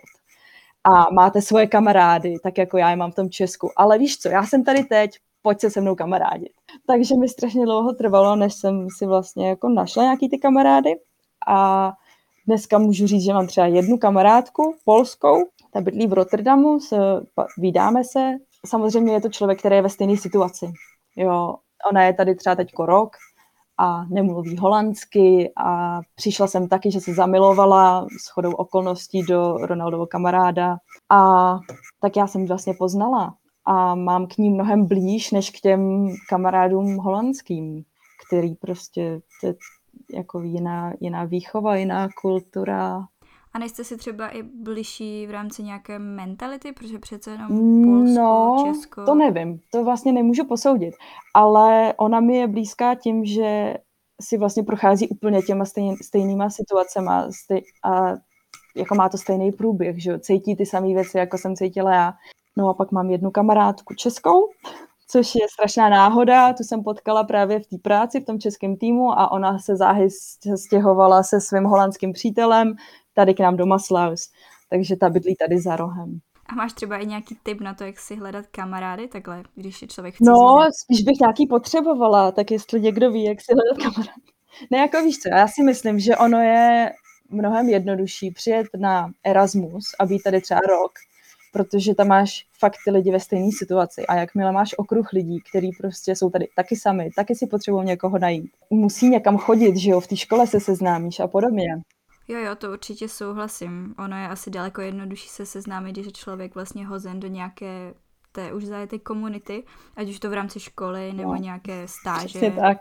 a máte svoje kamarády, tak jako já je mám v tom Česku, ale víš co, já jsem tady teď, pojď se se mnou kamarádit. Takže mi strašně dlouho trvalo, než jsem si vlastně jako našla nějaký ty kamarády a dneska můžu říct, že mám třeba jednu kamarádku polskou, ta bydlí v Rotterdamu, se, vídáme se. Samozřejmě je to člověk, který je ve stejné situaci. Jo, ona je tady třeba teďko rok a nemluví holandsky a přišla jsem taky, že se zamilovala shodou okolností do Ronaldovo kamaráda a tak já jsem vlastně poznala a mám k ní mnohem blíž, než k těm kamarádům holandským, který prostě te, jako jiná, jiná výchova, jiná kultura. A nejste si třeba i bližší v rámci nějaké mentality, protože přece jenom Polsko, no, Česko... to nevím, to vlastně nemůžu posoudit, ale ona mi je blízká tím, že si vlastně prochází úplně těma stejn, stejnýma situacema stej, a jako má to stejný průběh, že jo, cítí ty samé věci, jako jsem cítila já. No a pak mám jednu kamarádku českou, což je strašná náhoda, tu jsem potkala právě v té práci, v tom českém týmu a ona se záhy stěhovala se svým holandským přítelem tady k nám do Maslaus, takže ta bydlí tady za rohem. A máš třeba i nějaký tip na to, jak si hledat kamarády takhle, když je člověk v cizí No, zemi? spíš bych nějaký potřebovala, tak jestli někdo ví, jak si hledat kamarády. Ne, jako víš co, já si myslím, že ono je mnohem jednodušší přijet na Erasmus a být tady třeba rok, protože tam máš fakt ty lidi ve stejné situaci a jakmile máš okruh lidí, kteří prostě jsou tady taky sami, taky si potřebují někoho najít. Musí někam chodit, že jo, v té škole se seznámíš a podobně. Jo, jo, to určitě souhlasím. Ono je asi daleko jednodušší se seznámit, když je člověk vlastně hozen do nějaké té už zajeté komunity, ať už to v rámci školy nebo no, nějaké stáže. Přesně tak.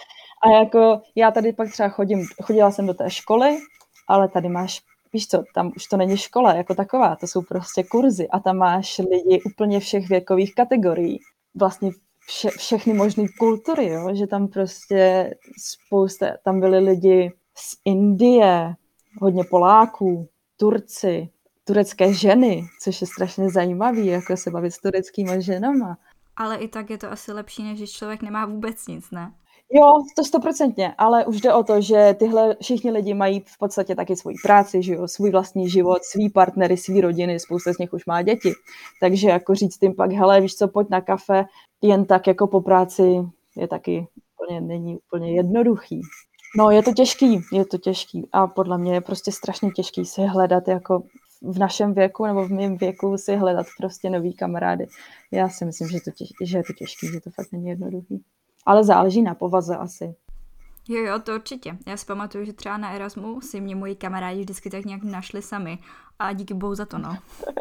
A jako já tady pak třeba chodím, chodila jsem do té školy, ale tady máš, víš co, tam už to není škola jako taková, to jsou prostě kurzy a tam máš lidi úplně všech věkových kategorií. Vlastně vše, všechny možné kultury, jo? Že tam prostě spousta, tam byli lidi z Indie, hodně Poláků, Turci, turecké ženy, což je strašně zajímavý, jako se bavit s tureckýma ženama. Ale i tak je to asi lepší, než když člověk nemá vůbec nic, ne? Jo, to stoprocentně, ale už jde o to, že tyhle všichni lidi mají v podstatě taky svoji práci, že jo, svůj vlastní život, svý partnery, svý rodiny, spousta z nich už má děti. Takže jako říct tím pak, hele, víš co, pojď na kafe, jen tak jako po práci je taky úplně, není úplně jednoduchý. No, je to těžký, je to těžký a podle mě je prostě strašně těžký si hledat jako v našem věku nebo v mém věku si hledat prostě nový kamarády. Já si myslím, že, to těž, že je to těžký, že to fakt není jednoduchý. Ale záleží na povaze asi. Jo, jo, to určitě. Já si pamatuju, že třeba na Erasmu si mě moji kamarádi vždycky tak nějak našli sami a díky bohu za to, no.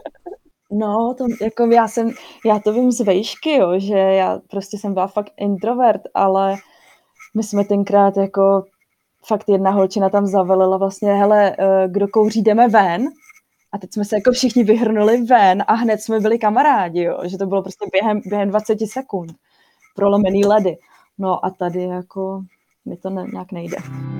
No, to, jako já jsem, já to vím z vejšky, jo, že já prostě jsem byla fakt introvert, ale my jsme tenkrát jako fakt jedna holčina tam zavelila vlastně, hele, kdo kouří, jdeme ven. A teď jsme se jako všichni vyhrnuli ven a hned jsme byli kamarádi, jo, že to bylo prostě během, během dvacet sekund. Prolomený ledy. No a tady jako mi to ne, nějak nejde.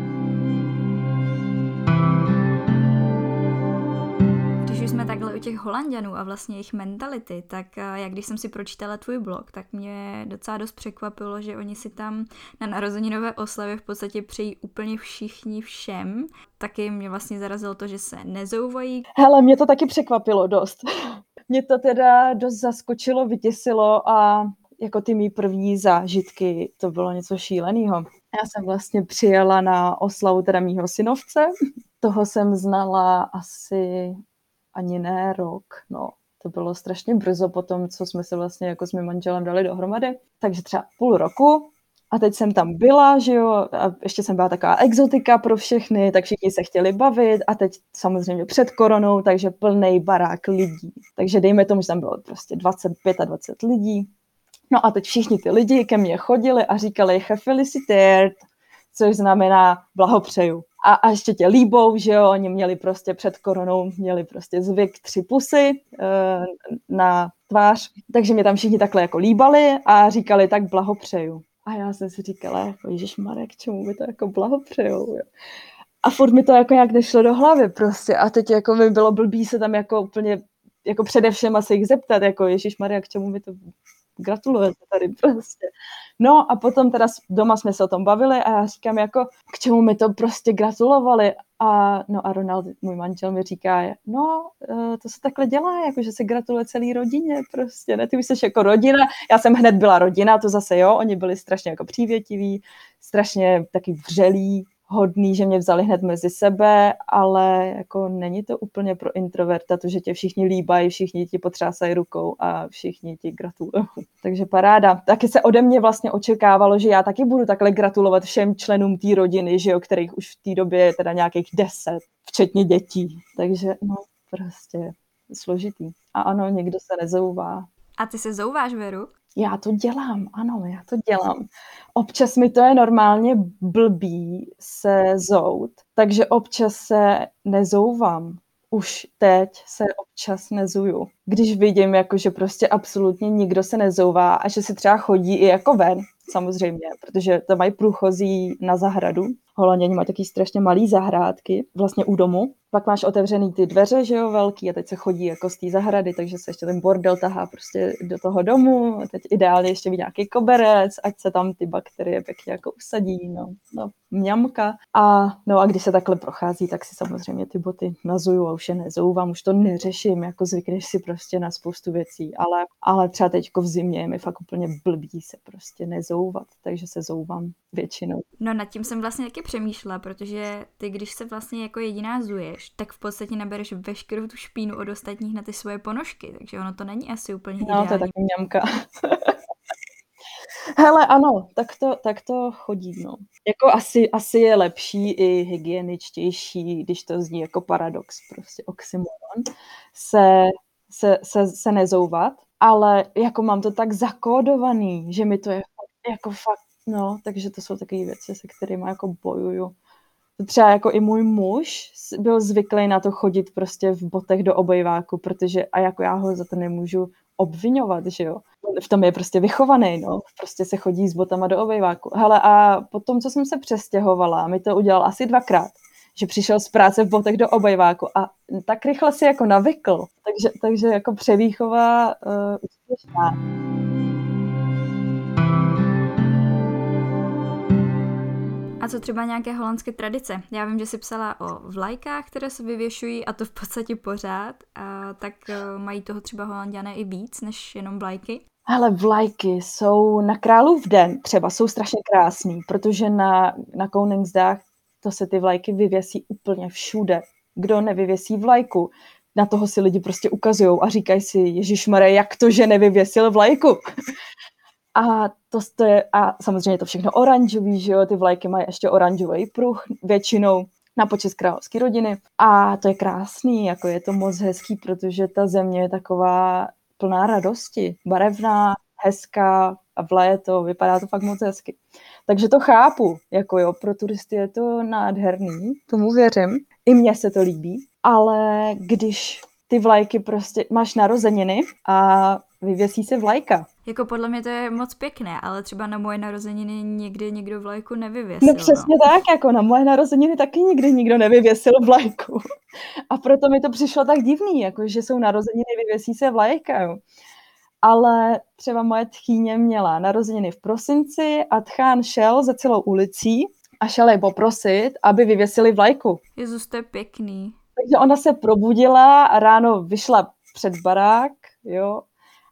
Když už jsme takhle u těch Holanďanů a vlastně jejich mentality, tak jak když jsem si pročítala tvůj blog, tak mě docela dost překvapilo, že oni si tam na narozeninové oslavě v podstatě přejí úplně všichni všem. Taky mě vlastně zarazilo to, že se nezouvají. Hele, mě to taky překvapilo dost. Mě to teda dost zaskočilo, vytěsilo a jako ty mý první zážitky, to bylo něco šíleného. Já jsem vlastně přijela na oslavu teda mýho synovce, toho jsem znala asi ani ne rok, no. To bylo strašně brzo po tom, co jsme se vlastně jako s mým manželem dali dohromady, takže třeba půl roku. A teď jsem tam byla, že jo, a ještě jsem byla taková exotika pro všechny, tak všichni se chtěli bavit a teď samozřejmě před koronou, takže plnej barák lidí. Takže dejme tomu, že tam bylo prostě dvacet pět a dvacet lidí. No a teď všichni ty lidi ke mně chodili a říkali gefeliciteerd, což znamená blahopřeju. A, a ještě tě líbou, že jo, oni měli prostě před koronou, měli prostě zvyk tři pusy e, na tvář, takže mě tam všichni takhle jako líbali a říkali tak blahopřeju. A já jsem si říkala, jako ježišmarek, k čemu mi to jako blahopřejou, jo. A furt mi to jako nějak nešlo do hlavy prostě a teď jako mi bylo blbý se tam jako úplně, jako především asi jich zeptat, jako ježišmarja, k čemu mi to gratulujete tady prostě. No a potom teda doma jsme se o tom bavili a já říkám jako, k čemu mi to prostě gratulovali a no a Ronald, můj manžel, mi říká, no to se takhle dělá, jako že se gratuluje celý rodině prostě, ne, ty už jsi jako rodina, já jsem hned byla rodina, to zase jo, oni byli strašně jako přívětiví, strašně taky vřelí, hodný, že mě vzali hned mezi sebe, ale jako není to úplně pro introverta, to, že tě všichni líbají, všichni ti potřásají rukou a všichni ti gratulují. Takže paráda. Taky se ode mě vlastně očekávalo, že já taky budu takhle gratulovat všem členům té rodiny, že jo, kterých už v té době je teda nějakých deset, včetně dětí. Takže no, prostě složitý. A ano, někdo se nezouvá. A ty se zouváš, Veru? Já to dělám, ano, já to dělám. Občas mi to je normálně blbý se zout, takže občas se nezouvám. Už teď se občas nezuju. Když vidím, jako, že prostě absolutně nikdo se nezouvá a že se třeba chodí i jako ven, samozřejmě, protože to mají průchozí na zahradu. Holanděni mají taky strašně malý zahrádky, vlastně u domu. pak máš otevřený ty dveře, že jo, velký a teď se chodí jako z té zahrady, takže se ještě ten bordel tahá prostě do toho domu a teď ideálně ještě mít nějaký koberec, ať se tam ty bakterie pěkně jako usadí, no, no mňamka. A no a když se takhle prochází, tak si samozřejmě ty boty nazuju a už je nezouvám, už to neřeším, jako zvykneš si prostě na spoustu věcí, ale, ale třeba teďko v zimě je mi fakt úplně blbý se prostě nezouvat, takže se zouvám většinou. No nad tím jsem vlastně taky přemýšlela, protože ty, když se vlastně jako jediná zuješ, tak v podstatě nabereš veškerou tu špínu od ostatních na ty svoje ponožky, takže ono to není asi úplně no, ideální. No, to je taky mňamka. Hele, ano, tak to, tak to chodí, no. Jako asi, asi je lepší i hygieničtější, když to zní jako paradox, prostě oxymoron, se, se, se, se nezouvat, ale jako mám to tak zakódovaný, že mi to je jako fakt, no, takže to jsou takové věci, se kterými jako bojuju. Třeba jako i můj muž byl zvyklý na to chodit prostě v botech do obejváku, protože a jako já ho za to nemůžu obviňovat, že jo. V tom je prostě vychovaný, no. Prostě se chodí s botama do obejváku. Hele, a potom, co jsem se přestěhovala, mi to udělal asi dvakrát, že přišel z práce v botech do obejváku a tak rychle si jako navykl. Takže, takže jako převýchova uh, úspěšná. A co třeba nějaké holandské tradice? Já vím, že jsi psala o vlajkách, které se vyvěšují a to v podstatě pořád, a tak mají toho třeba Holanďané i víc než jenom vlajky? Ale vlajky jsou na Králův den třeba, jsou strašně krásný, protože na, na Koningsdag to se ty vlajky vyvěsí úplně všude. Kdo nevyvěsí vlajku, na toho si lidi prostě ukazujou a říkají si, ježišmaré, jak to, že nevyvěsil vlajku? A to, to je, a samozřejmě je to všechno oranžový, že jo, ty vlajky mají ještě oranžový pruh většinou na počest královské rodiny. A to je krásný, jako je to moc hezký, protože ta země je taková plná radosti, barevná, hezká a v léto vypadá to fakt moc hezky. Takže to chápu, jako jo, pro turisty je to nádherný, tomu věřím. I mně se to líbí, ale když ty vlajky prostě, máš narozeniny a vyvěsí se vlajka. Jako podle mě to je moc pěkné, ale třeba na moje narozeniny někdy někdo vlajku nevyvěsil. No přesně no. Tak, jako na moje narozeniny taky nikdy nikdo nevyvěsil vlajku. A proto mi to přišlo tak divný, jako že jsou narozeniny, vyvěsí se vlajka, jo. Ale třeba moje tchýně měla narozeniny v prosinci a tchán šel za celou ulicí a šel jej poprosit, aby vyvěsili vlajku. Jezus, to je pěkný. Takže ona se probudila a ráno vyšla před barák, jo,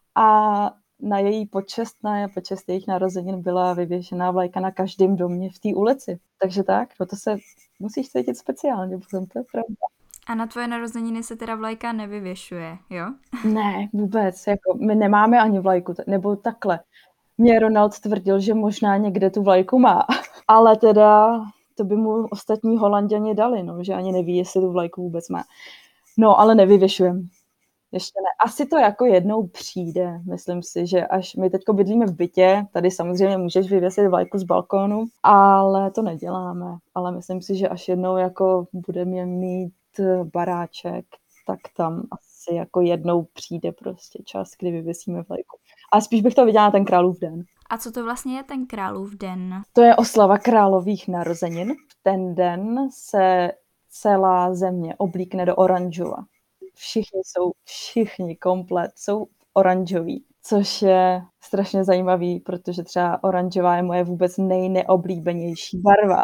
a na její počest, na počest jejich narozenin byla vyvěšená vlajka na každém domě v té ulici. Takže tak, no to se musíš cítit speciálně, protože to je pravda. A na tvoje narozeniny se teda vlajka nevyvěšuje, jo? Ne, vůbec, jako my nemáme ani vlajku, nebo takhle. Mě Ronald tvrdil, že možná někde tu vlajku má, ale teda to by mu ostatní Holanďani dali, no, že ani neví, jestli tu vlajku vůbec má. No, ale nevyvěšujem. Ještě ne. Asi to jako jednou přijde, myslím si, že až my teďko bydlíme v bytě, tady samozřejmě můžeš vyvěsit vlajku z balkónu, ale to neděláme. Ale myslím si, že až jednou jako budeme mít baráček, tak tam asi jako jednou přijde prostě čas, kdy vyvěsíme vlajku. A spíš bych to viděla na ten Králův den. A co to vlastně je ten Králův den? To je oslava králových narozenin. V ten den se celá země oblíkne do oranžova. Všichni jsou, všichni komplet jsou oranžoví, což je strašně zajímavý, protože třeba oranžová je moje vůbec nejneoblíbenější barva.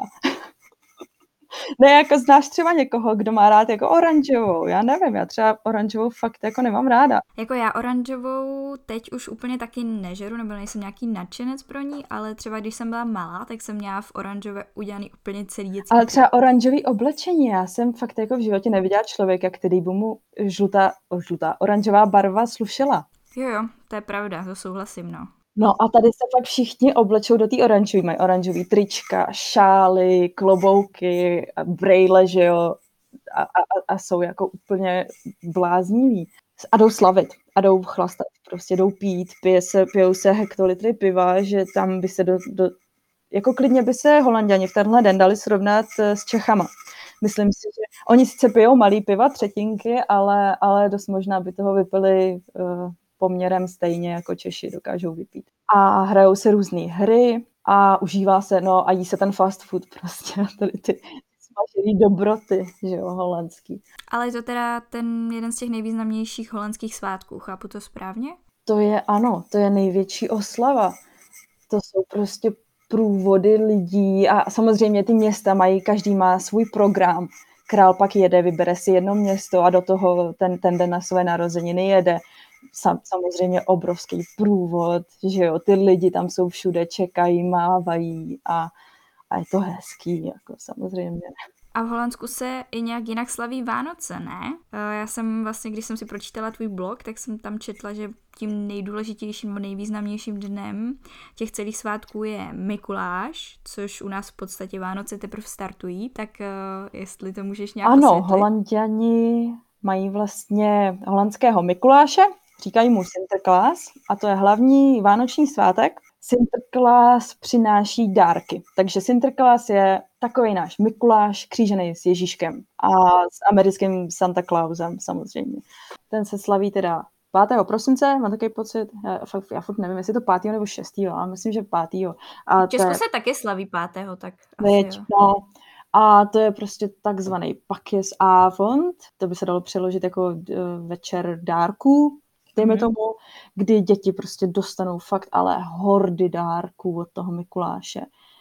Ne, jako znáš třeba někoho, kdo má rád jako oranžovou, já nevím, já třeba oranžovou fakt jako nemám ráda. Jako já oranžovou teď už úplně taky nežeru, nebo nejsem nějaký nadšenec pro ní, ale třeba když jsem byla malá, tak jsem měla v oranžové udělaný úplně celý dětský. Ale třeba oranžový oblečení, já jsem fakt jako v životě neviděla člověka, který by mu žlutá, žlutá oranžová barva slušela. Jo, jo, to je pravda, to souhlasím, no. No a tady se fakt všichni oblečou do té oranžový, mají oranžový trička, šály, klobouky, brejle, že jo, a, a, a jsou jako úplně blázniví. A jdou slavit, a jdou chlastat, prostě jdou pít, pije se, pijou se hektolitry piva, že tam by se do, do jako klidně by se Holanďani v tenhle den dali srovnat s Čechama. Myslím si, že oni sice pijou malý piva, třetinky, ale, ale dost možná by toho vypili uh, poměrem stejně jako Češi dokážou vypít. A hrajou se různé hry a užívá se, no a jí se ten fast food prostě, tady ty smažený dobroty, že jo, holandský. Ale je to teda ten jeden z těch nejvýznamnějších holandských svátků, chápu to správně? To je, ano, to je největší oslava. To jsou prostě průvody lidí a samozřejmě ty města mají, každý má svůj program. Král pak jede, vybere si jedno město a do toho ten, ten den na své narozeniny jede. Sam, samozřejmě obrovský průvod, že jo, ty lidi tam jsou všude, čekají, mávají a, a je to hezký, jako samozřejmě. A v Holandsku se i nějak jinak slaví Vánoce, ne? Já jsem vlastně, když jsem si pročítala tvůj blog, tak jsem tam četla, že tím nejdůležitějším, nejvýznamnějším dnem těch celých svátků je Mikuláš, což u nás v podstatě Vánoce teprve startují, tak jestli to můžeš nějak Ano, osvětlit. Holanďani mají vlastně holandského Mikuláše, říkají mu Sinterklaas a to je hlavní vánoční svátek. Sinterklaas přináší dárky, takže Sinterklaas je takový náš Mikuláš křížený s Ježíškem a s americkým Santa Clausem samozřejmě. Ten se slaví teda pátého prosince, mám takový pocit, já, fakt, já furt nevím, jestli to pátého nebo šestého, ale myslím, že pátého. A v Česku je, se taky slaví pátého, tak veď, asi jo. No, a to je prostě takzvaný pakjesavond, to by se dalo přeložit jako večer dárků, dejme mm-hmm. tomu, kdy děti prostě dostanou fakt ale hordy dárků od toho Mikuláše.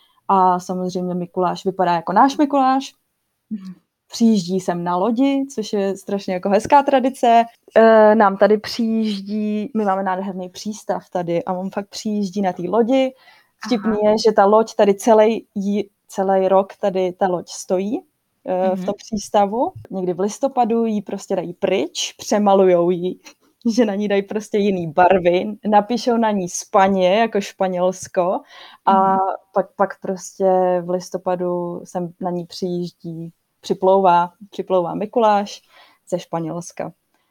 A samozřejmě Mikuláš vypadá jako náš Mikuláš, mm-hmm. přijíždí sem na lodi, což je strašně jako hezká tradice. E, nám tady přijíždí, my máme nádherný přístav tady a on fakt přijíždí na té lodi. Vtipný je, že ta loď tady celý, celý rok tady ta loď stojí e, mm-hmm. v tom přístavu. Někdy v listopadu ji prostě dají pryč, přemalujou ji, že na ní dají prostě jiný barvy, napíšou na ní Spaně, jako Španělsko a mm. pak, pak prostě v listopadu sem na ní přijíždí, připlouvá, připlouvá Mikuláš ze Španělska.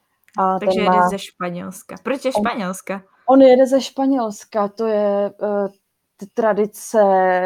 A Takže ten jede má... ze Španělska. Proč je Španělska? On, on jede ze Španělska, to je uh, tradice,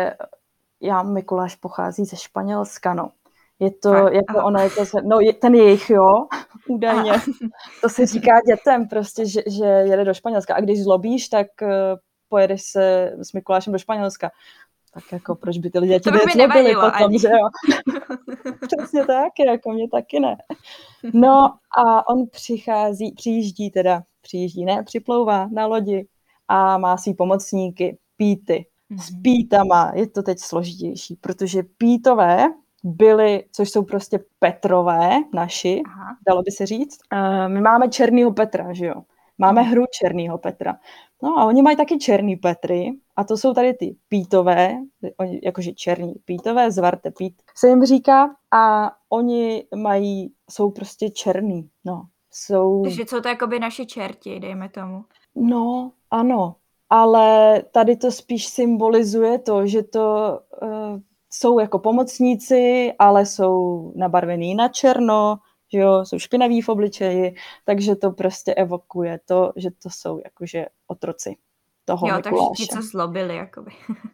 já Mikuláš pochází ze Španělska, no. Je to, tak, jako aha. ono je to, no je, ten jejich, jo, údajně. Aha. To se říká dětem prostě, že, že jede do Španělska. A když zlobíš, tak uh, pojedeš se s Mikulášem do Španělska. Tak jako, proč by ty lidi zlobili potom, ani. Že jo? Přesně tak, jako mě taky ne. No a on přichází, přijíždí teda, přijíždí, ne, připlouvá na lodi a má svý pomocníky, píty. S pítama je to teď složitější, protože pítové byli, což jsou prostě Petrové naši, aha. dalo by se říct. Uh, my máme černýho Petra, že jo? Máme hru černýho Petra. No a oni mají taky černý Petry a to jsou tady ty pítové, jakože černí pítové, zvarte pít, se jim říká a oni mají, jsou prostě černý, no. Jsou... Takže jsou to jakoby naši čerti, dejme tomu. No, ano, ale tady to spíš symbolizuje to, že to... Uh, jsou jako pomocníci, ale jsou nabarvený na černo, že jo, jsou špinaví v obličeji, takže to prostě evokuje to, že to jsou jakože otroci toho jo, Mikuláše. Jo, takže ti, co zlobili, jakoby.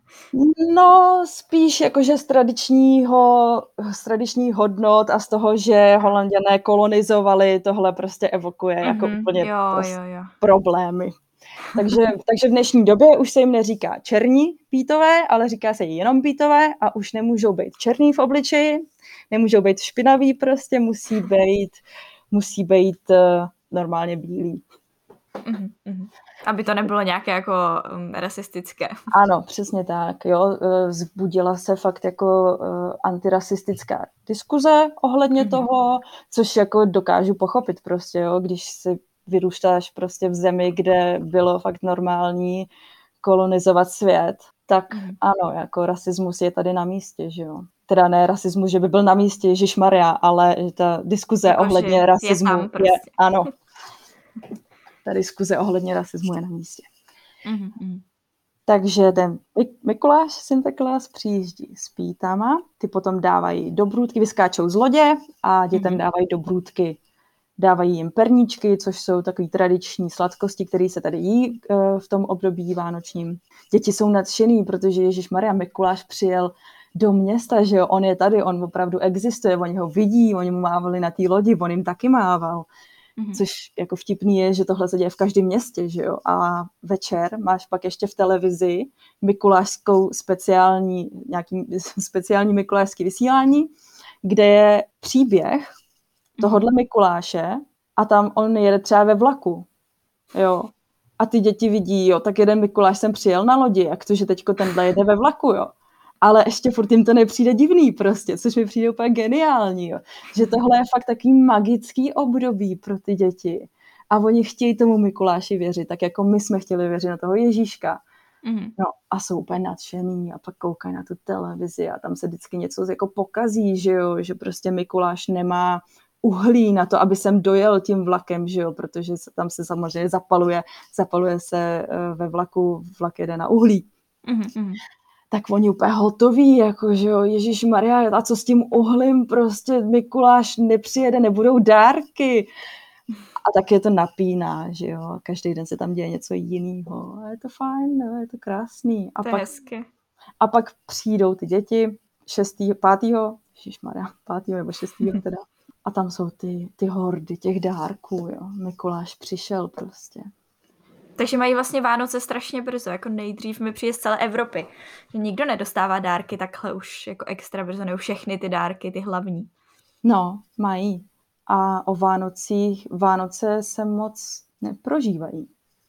No, spíš jakože z tradičního, z tradičních hodnot a z toho, že Holanďané kolonizovali, tohle prostě evokuje mm-hmm, jako úplně jo, prostě jo, jo. problémy. Takže, takže v dnešní době už se jim neříká černí pítové, ale říká se jenom pítové a už nemůžou být černý v obličeji, nemůžou být špinaví, prostě musí být, musí být uh, normálně bílí. Mm-hmm, mm-hmm. Aby to nebylo nějaké jako um, rasistické. Ano, přesně tak. Jo. Vzbudila se fakt jako uh, antirasistická diskuze ohledně mm-hmm. toho, což jako dokážu pochopit prostě, jo, když si vyrůstáš prostě v zemi, kde bylo fakt normální kolonizovat svět, tak mm. ano, jako rasismus je tady na místě, že jo. Teda ne rasismus, že by byl na místě Ježišmarja, ale ta diskuze jako ohledně rasismu je, prostě. je, ano. Ta diskuze ohledně rasismu je na místě. Mm-hmm. Takže ten Mikuláš, Sinterklaas přijíždí s pítama, ty potom dávají dobrůdky, vyskáčou z lodě a dětem mm-hmm. dávají dobrůdky. Dávají jim perníčky, což jsou takový tradiční sladkosti, které se tady jí v tom období vánočním. Děti jsou nadšený, protože Ježišmarja Mikuláš přijel do města, že jo, on je tady, on opravdu existuje, oni ho vidí, oni mu mávali na té lodi, on jim taky mával. Mm-hmm. Což jako vtipný je, že tohle se děje v každém městě, že jo. A večer máš pak ještě v televizi mikulášskou speciální, nějaký speciální mikulášský vysílání, kde je příběh tohodle Mikuláše a tam on jede třeba ve vlaku, jo. A ty děti vidí, jo, tak jeden Mikuláš sem přijel na lodi, jak to, že teďko tenhle jede ve vlaku, jo. Ale ještě furt jim to nepřijde divný prostě, což mi přijde úplně geniální, jo. Že tohle je fakt takový magický období pro ty děti. A oni chtějí tomu Mikuláši věřit, tak jako my jsme chtěli věřit na toho Ježíška. Mm. No a jsou úplně nadšený a pak koukají na tu televizi a tam se vždycky něco jako pokazí, že jo, že prostě Mikuláš nemá uhlí na to, aby sem dojel tím vlakem, že jo, protože se, tam se samozřejmě zapaluje, zapaluje se ve vlaku, vlak jede na uhlí. Mm. Tak oni úplně hotoví, jako, že jo, Ježišmarja, a co s tím uhlím, prostě Mikuláš nepřijede, nebudou dárky. A tak je to napíná, že jo, každý den se tam děje něco jiného. A je to fajn, no, je to krásný. A to pak, je hezky. A pak přijdou ty děti šestýho, pátýho, ježišmarja, pátýho nebo šestýho teda. A tam jsou ty, ty hordy těch dárků, jo. Mikuláš přišel prostě. Takže mají vlastně Vánoce strašně brzo, jako nejdřív mi přijde z celé Evropy. Že nikdo nedostává dárky takhle už jako extra brzo, nebo všechny ty dárky, ty hlavní. No, mají. A o Vánocích, Vánoce se moc neprožívají.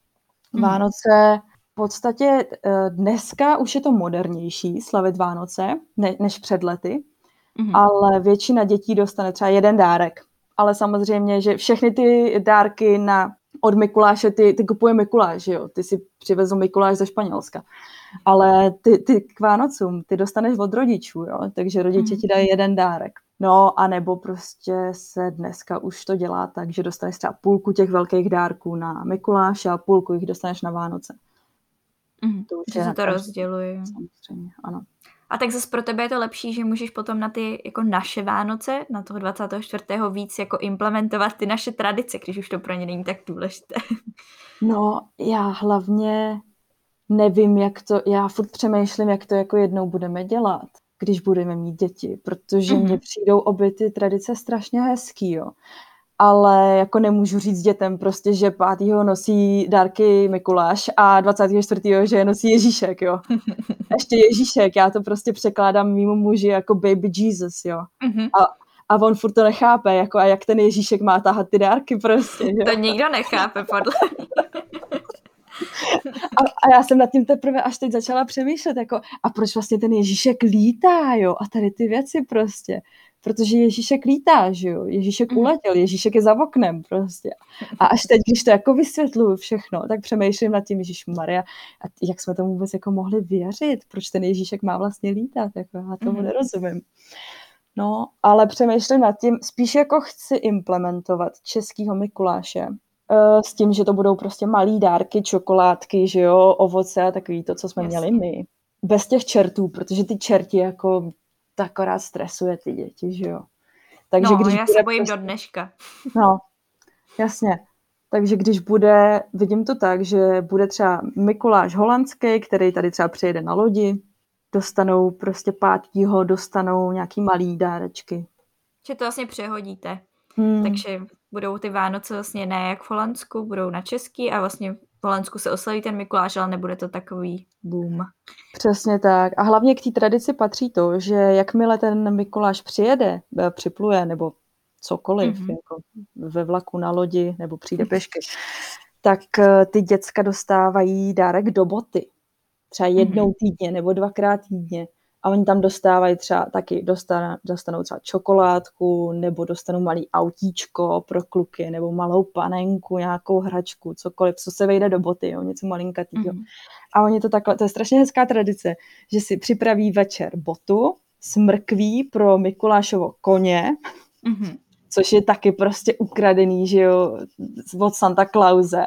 Vánoce v podstatě dneska už je to modernější slavit Vánoce, ne, než před lety, mm-hmm. ale většina dětí dostane třeba jeden dárek. Ale samozřejmě, že všechny ty dárky na od Mikuláše, ty, ty kupuje Mikuláš, že jo? Ty si přivezl Mikuláš ze Španělska. Ale ty, ty k Vánocům, ty dostaneš od rodičů, jo? Takže rodiče mm. ti dají jeden dárek. No, anebo prostě se dneska už to dělá tak, že dostaneš třeba půlku těch velkých dárků na Mikuláše a půlku jich dostaneš na Vánoce. Mm. To už že se to každý, rozděluje. Samozřejmě, ano. A tak zase pro tebe je to lepší, že můžeš potom na ty jako naše Vánoce, na toho dvacátého čtvrtého víc jako implementovat ty naše tradice, když už to pro ně není tak důležité. No, já hlavně nevím, jak to, já furt přemýšlím, jak to jako jednou budeme dělat, když budeme mít děti, protože mm-hmm. mně přijdou obě ty tradice strašně hezký, jo. Ale jako nemůžu říct dětem prostě, že pátýho nosí dárky Mikuláš a dvacátého čtvrtého že je nosí Ježíšek, jo. Ještě Ježíšek, já to prostě překládám mýmu muži jako baby Jesus, jo. Mm-hmm. A, a on furt to nechápe, jako a jak ten Ježíšek má tahat ty dárky prostě, jo. To nikdo nechápe, podle a, a já jsem nad tím teprve až teď začala přemýšlet, jako a proč vlastně ten Ježíšek lítá, jo, a tady ty věci prostě. Protože Ježíšek lítá, že jo, Ježíšek mm. uletěl, Ježíšek je za oknem prostě. A až teď, když to jako vysvětluju všechno, tak přemýšlím nad tím, Ježišmarja, a jak jsme tomu vůbec jako mohli věřit, proč ten Ježíšek má vlastně lítat, jako já tomu mm. nerozumím. No, ale přemýšlím nad tím, spíš jako chci implementovat českýho Mikuláše, uh, s tím, že to budou prostě malý dárky, čokoládky, že jo, ovoce a takový to, co jsme Jasně. měli my. Bez těch čertů, protože ty čerti jako to akorát stresuje ty děti, že jo. Takže no, když já se bojím prostě... do dneška. No, jasně. Takže když bude, vidím to tak, že bude třeba Mikuláš holandský, který tady třeba přijede na lodi, dostanou prostě pátýho, dostanou nějaký malý dárečky. Že to vlastně přehodíte. Hmm. Takže budou ty Vánoce vlastně ne jak v Holandsku, budou na český a vlastně v Holandsku se oslaví ten Mikuláš, ale nebude to takový boom. Přesně tak. A hlavně k té tradici patří to, že jakmile ten Mikuláš přijede, připluje nebo cokoliv, mm-hmm. jako ve vlaku, na lodi nebo přijde pěšky, tak ty děcka dostávají dárek do boty. Třeba jednou mm-hmm. týdně nebo dvakrát týdně. A oni tam dostávají třeba taky, dostanou, dostanou třeba čokoládku, nebo dostanou malý autíčko pro kluky, nebo malou panenku, nějakou hračku, cokoliv, co se vejde do boty, jo, něco malinkatýho. Mm. A oni to takhle, to je strašně hezká tradice, že si připraví večer botu s mrkví pro Mikulášovo koně, mm. což je taky prostě ukradený, že jo, od Santa Clause.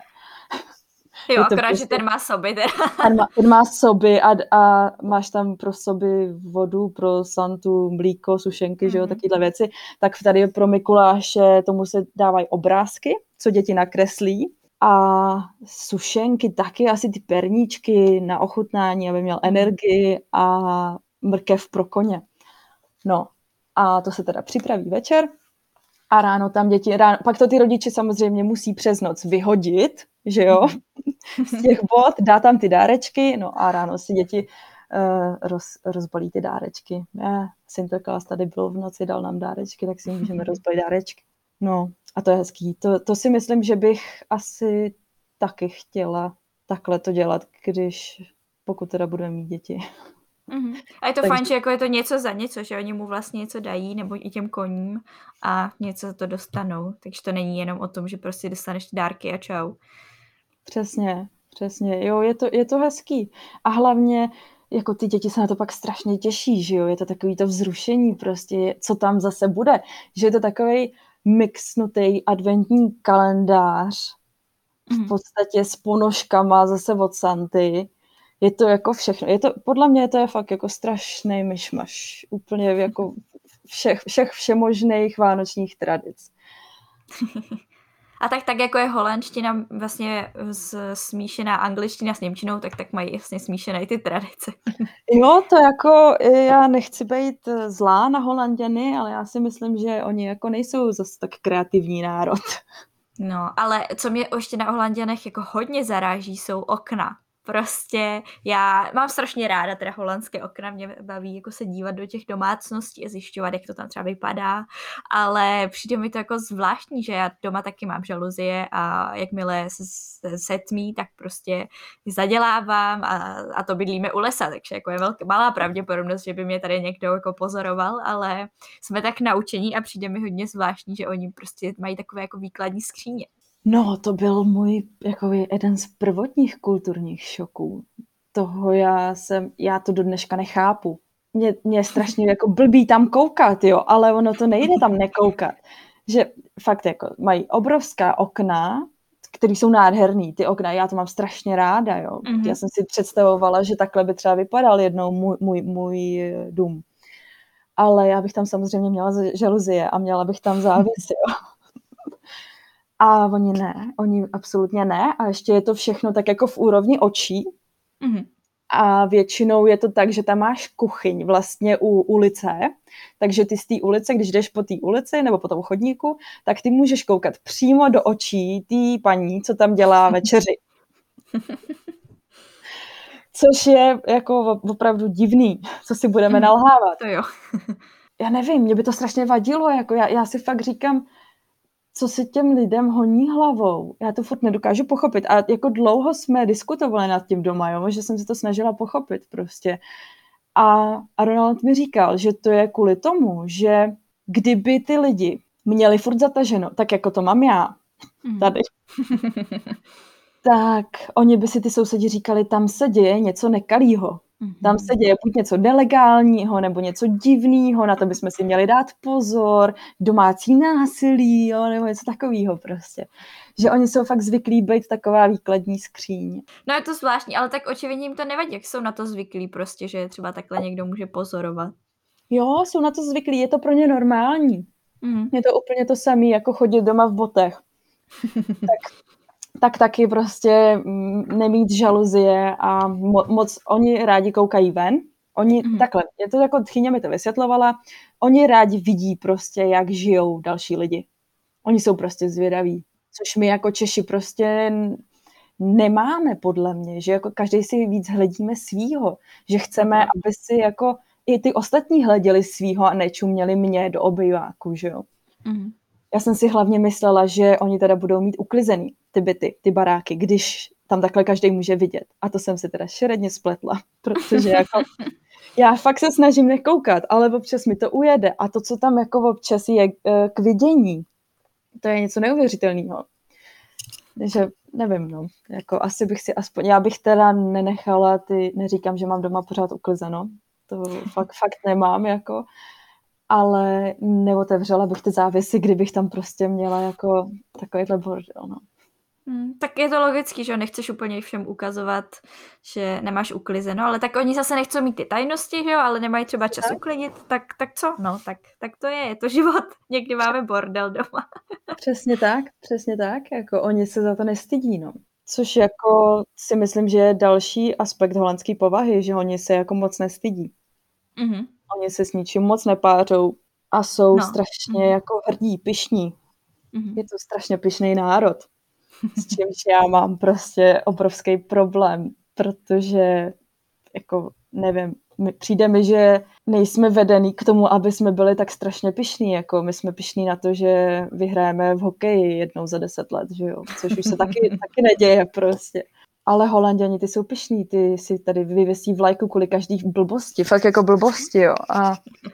Jo, akorát, prostě, že ten má soby. Ten má, ten má soby a, a máš tam pro soby vodu, pro Santu, mlíko, sušenky, mm-hmm. že jo, takovéhle věci. Tak tady pro Mikuláše tomu se dávají obrázky, co děti nakreslí. A sušenky taky, asi ty perníčky na ochutnání, aby měl energii a mrkev pro koně. No a to se teda připraví večer. A ráno tam děti, ráno, pak to ty rodiče samozřejmě musí přes noc vyhodit, že jo, z těch bod, dá tam ty dárečky, no a ráno si děti uh, roz, rozbalí ty dárečky. Ne, Sinterklaas tady byl v noci, dal nám dárečky, tak si můžeme rozbalit dárečky. No a to je hezký. To, to si myslím, že bych asi taky chtěla takhle to dělat, když, pokud teda budeme mít děti. Mm-hmm. A je to Takže... fajn, že jako je to něco za něco, že oni mu vlastně něco dají, nebo i těm koním a něco to dostanou. Takže to není jenom o tom, že prostě dostaneš dárky a čau. Přesně, přesně. Jo, je to, je to hezký. A hlavně jako ty děti se na to pak strašně těší, že jo? Je to takový to vzrušení prostě, co tam zase bude. Že je to takový mixnutý adventní kalendář v podstatě s ponožkama zase od Santy. Je to jako všechno. Je to, podle mě to je fakt jako strašný myšmaš. Úplně jako všech, všech všemožných vánočních tradic. A tak, tak jako je holandština vlastně smíšená angličtina s němčinou, tak tak mají jasně smíšené ty tradice. Jo, to jako, já nechci být zlá na Holanděny, ale já si myslím, že oni jako nejsou zase tak kreativní národ. No, ale co mě ještě na Holanděnech jako hodně zaráží, jsou okna. Prostě já mám strašně ráda teda holandské okna, mě baví jako se dívat do těch domácností a zjišťovat, jak to tam třeba vypadá, ale přijde mi to jako zvláštní, že já doma taky mám žaluzie a jakmile se, se setmí, tak prostě zadělávám a, a to bydlíme u lesa, takže jako je velká, malá pravděpodobnost, že by mě tady někdo jako pozoroval, ale jsme tak naučení a přijde mi hodně zvláštní, že oni prostě mají takové jako výkladní skříně. No, to byl můj jako jeden z prvotních kulturních šoků. Toho já jsem, já to do dneška nechápu. Mě, mě je strašně jako blbý tam koukat, jo, ale ono to nejde tam nekoukat. Že fakt jako mají obrovská okna, které jsou nádherný, ty okna, já to mám strašně ráda, jo. Mm-hmm. Já jsem si představovala, že takhle by třeba vypadal jednou můj, můj, můj dům. Ale já bych tam samozřejmě měla žaluzie a měla bych tam závěs, jo. A oni ne, oni absolutně ne. A ještě je to všechno tak jako v úrovni očí. Mm-hmm. A většinou je to tak, že tam máš kuchyň vlastně u ulice, takže ty z té ulice, když jdeš po té ulici nebo po tom chodníku, tak ty můžeš koukat přímo do očí té paní, co tam dělá večeři. Což je jako opravdu divný, co si budeme nalhávat. To jo. Já nevím, mě by to strašně vadilo, jako já, já si fakt říkám, co se těm lidem honí hlavou. Já to furt nedokážu pochopit. A jako dlouho jsme diskutovali nad tím doma, jo? Že jsem se to snažila pochopit prostě. A, a Ronald mi říkal, že to je kvůli tomu, že kdyby ty lidi měli furt zataženo, tak jako to mám já tady, tak oni by si ty sousedi říkali, tam se děje něco nekalýho. Tam se děje buď něco nelegálního, nebo něco divného, na to bychom si měli dát pozor, domácí násilí, jo, nebo něco takového prostě. Že oni jsou fakt zvyklí být taková výkladní skříň. No je to zvláštní, ale tak očividně jim to nevadí, jak jsou na to zvyklí prostě, že třeba takhle někdo může pozorovat. Jo, jsou na to zvyklí, je to pro ně normální. Mm. Je to úplně to samé, jako chodit doma v botech. tak tak taky prostě nemít žaluzie a mo- moc, oni rádi koukají ven. Oni, mm. takhle, je to jako tchyně mi to vysvětlovala, oni rádi vidí prostě, jak žijou další lidi. Oni jsou prostě zvědaví, což my jako Češi prostě nemáme podle mě, že jako každý si víc hledíme svýho, že chceme, mm. aby si jako i ty ostatní hleděli svýho a nečuměli mě do obýváku, že jo. Mm. Já jsem si hlavně myslela, že oni teda budou mít uklizený ty byty, ty baráky, když tam takhle každý může vidět. A to jsem si teda šeredně spletla, protože jako já fakt se snažím nekoukat, ale občas mi to ujede. A to, co tam jako občas je k vidění, to je něco neuvěřitelného. Takže nevím, no. Jako asi bych si aspoň, já bych teda nenechala ty, neříkám, že mám doma pořád uklizeno. To fakt, fakt nemám, jako. Ale neotevřela bych ty závěsy, kdybych tam prostě měla jako takovýhle bordel, no. Hmm, tak je to logický, že nechceš úplně všem ukazovat, že nemáš uklizeno, ale tak oni zase nechcou mít ty tajnosti, že jo, ale nemají třeba čas tak. uklidit, tak, tak co? No, tak, tak to je, je to život. Někdy máme bordel doma. Přesně tak, přesně tak, jako oni se za to nestydí, no. Což jako si myslím, že je další aspekt holandské povahy, že oni se jako moc nestydí. Mhm. Oni se s ničím moc nepářou a jsou no. strašně mm. jako hrdí, pyšní. Mm. Je to strašně pyšný národ, s čímž já mám prostě obrovský problém, protože jako nevím, my, přijde mi, že nejsme vedený k tomu, aby jsme byli tak strašně pyšní, jako my jsme pyšní na to, že vyhrajeme v hokeji jednou za deset let, že jo, což už se taky, taky neděje prostě. Ale Holanděni, ty jsou pyšní, ty si tady vyvěsí vlajku kvůli každý blbosti, fakt jako blbosti, jo. A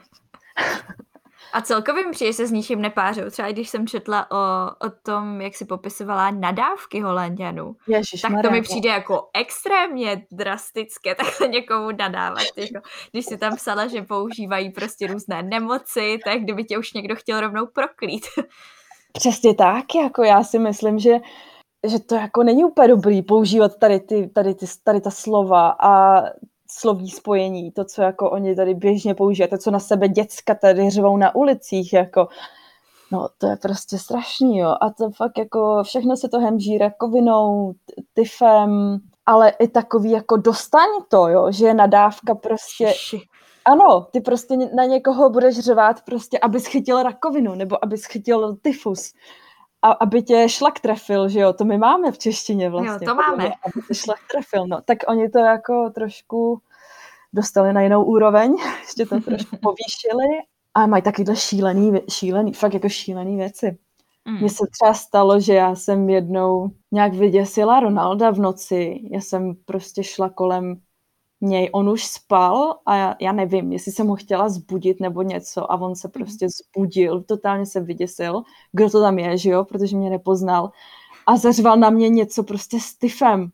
A celkově mi přijde, že se s ničím nepářou. Třeba když jsem četla o, o tom, jak si popisovala nadávky Holanďanů, tak to mi přijde jako extrémně drastické takhle někomu nadávat. Jako, když si tam psala, že používají prostě různé nemoci, tak kdyby tě už někdo chtěl rovnou proklít. Přesně tak, jako já si myslím, že že to jako není úplně dobrý používat tady, ty, tady, ty, tady ta slova a slovní spojení, to, co jako oni tady běžně používají, to, co na sebe děcka tady řvou na ulicích, jako, no to je prostě strašný, jo, a to fakt jako všechno se to hemží rakovinou, tyfem, ale i takový jako dostaň to, jo, že je nadávka prostě, ano, ty prostě na někoho budeš řvát prostě, abys chytil rakovinu, nebo abys chytil tyfus, a aby tě šlak trefil, že jo, to my máme v češtině vlastně. Jo, to máme. Aby tě šlak trefil, no. Tak oni to jako trošku dostali na jinou úroveň, ještě to trošku povýšili a mají takovýhle šílený, šílený, fakt jako šílený věci. Mm. Mně se třeba stalo, že já jsem jednou nějak vyděsila Ronalda v noci, já jsem prostě šla kolem něj, on už spal a já, já nevím, jestli jsem ho chtěla zbudit nebo něco a on se prostě zbudil, totálně se vyděsil, kdo to tam je, že jo, protože mě nepoznal a zařval na mě něco prostě s tyfem.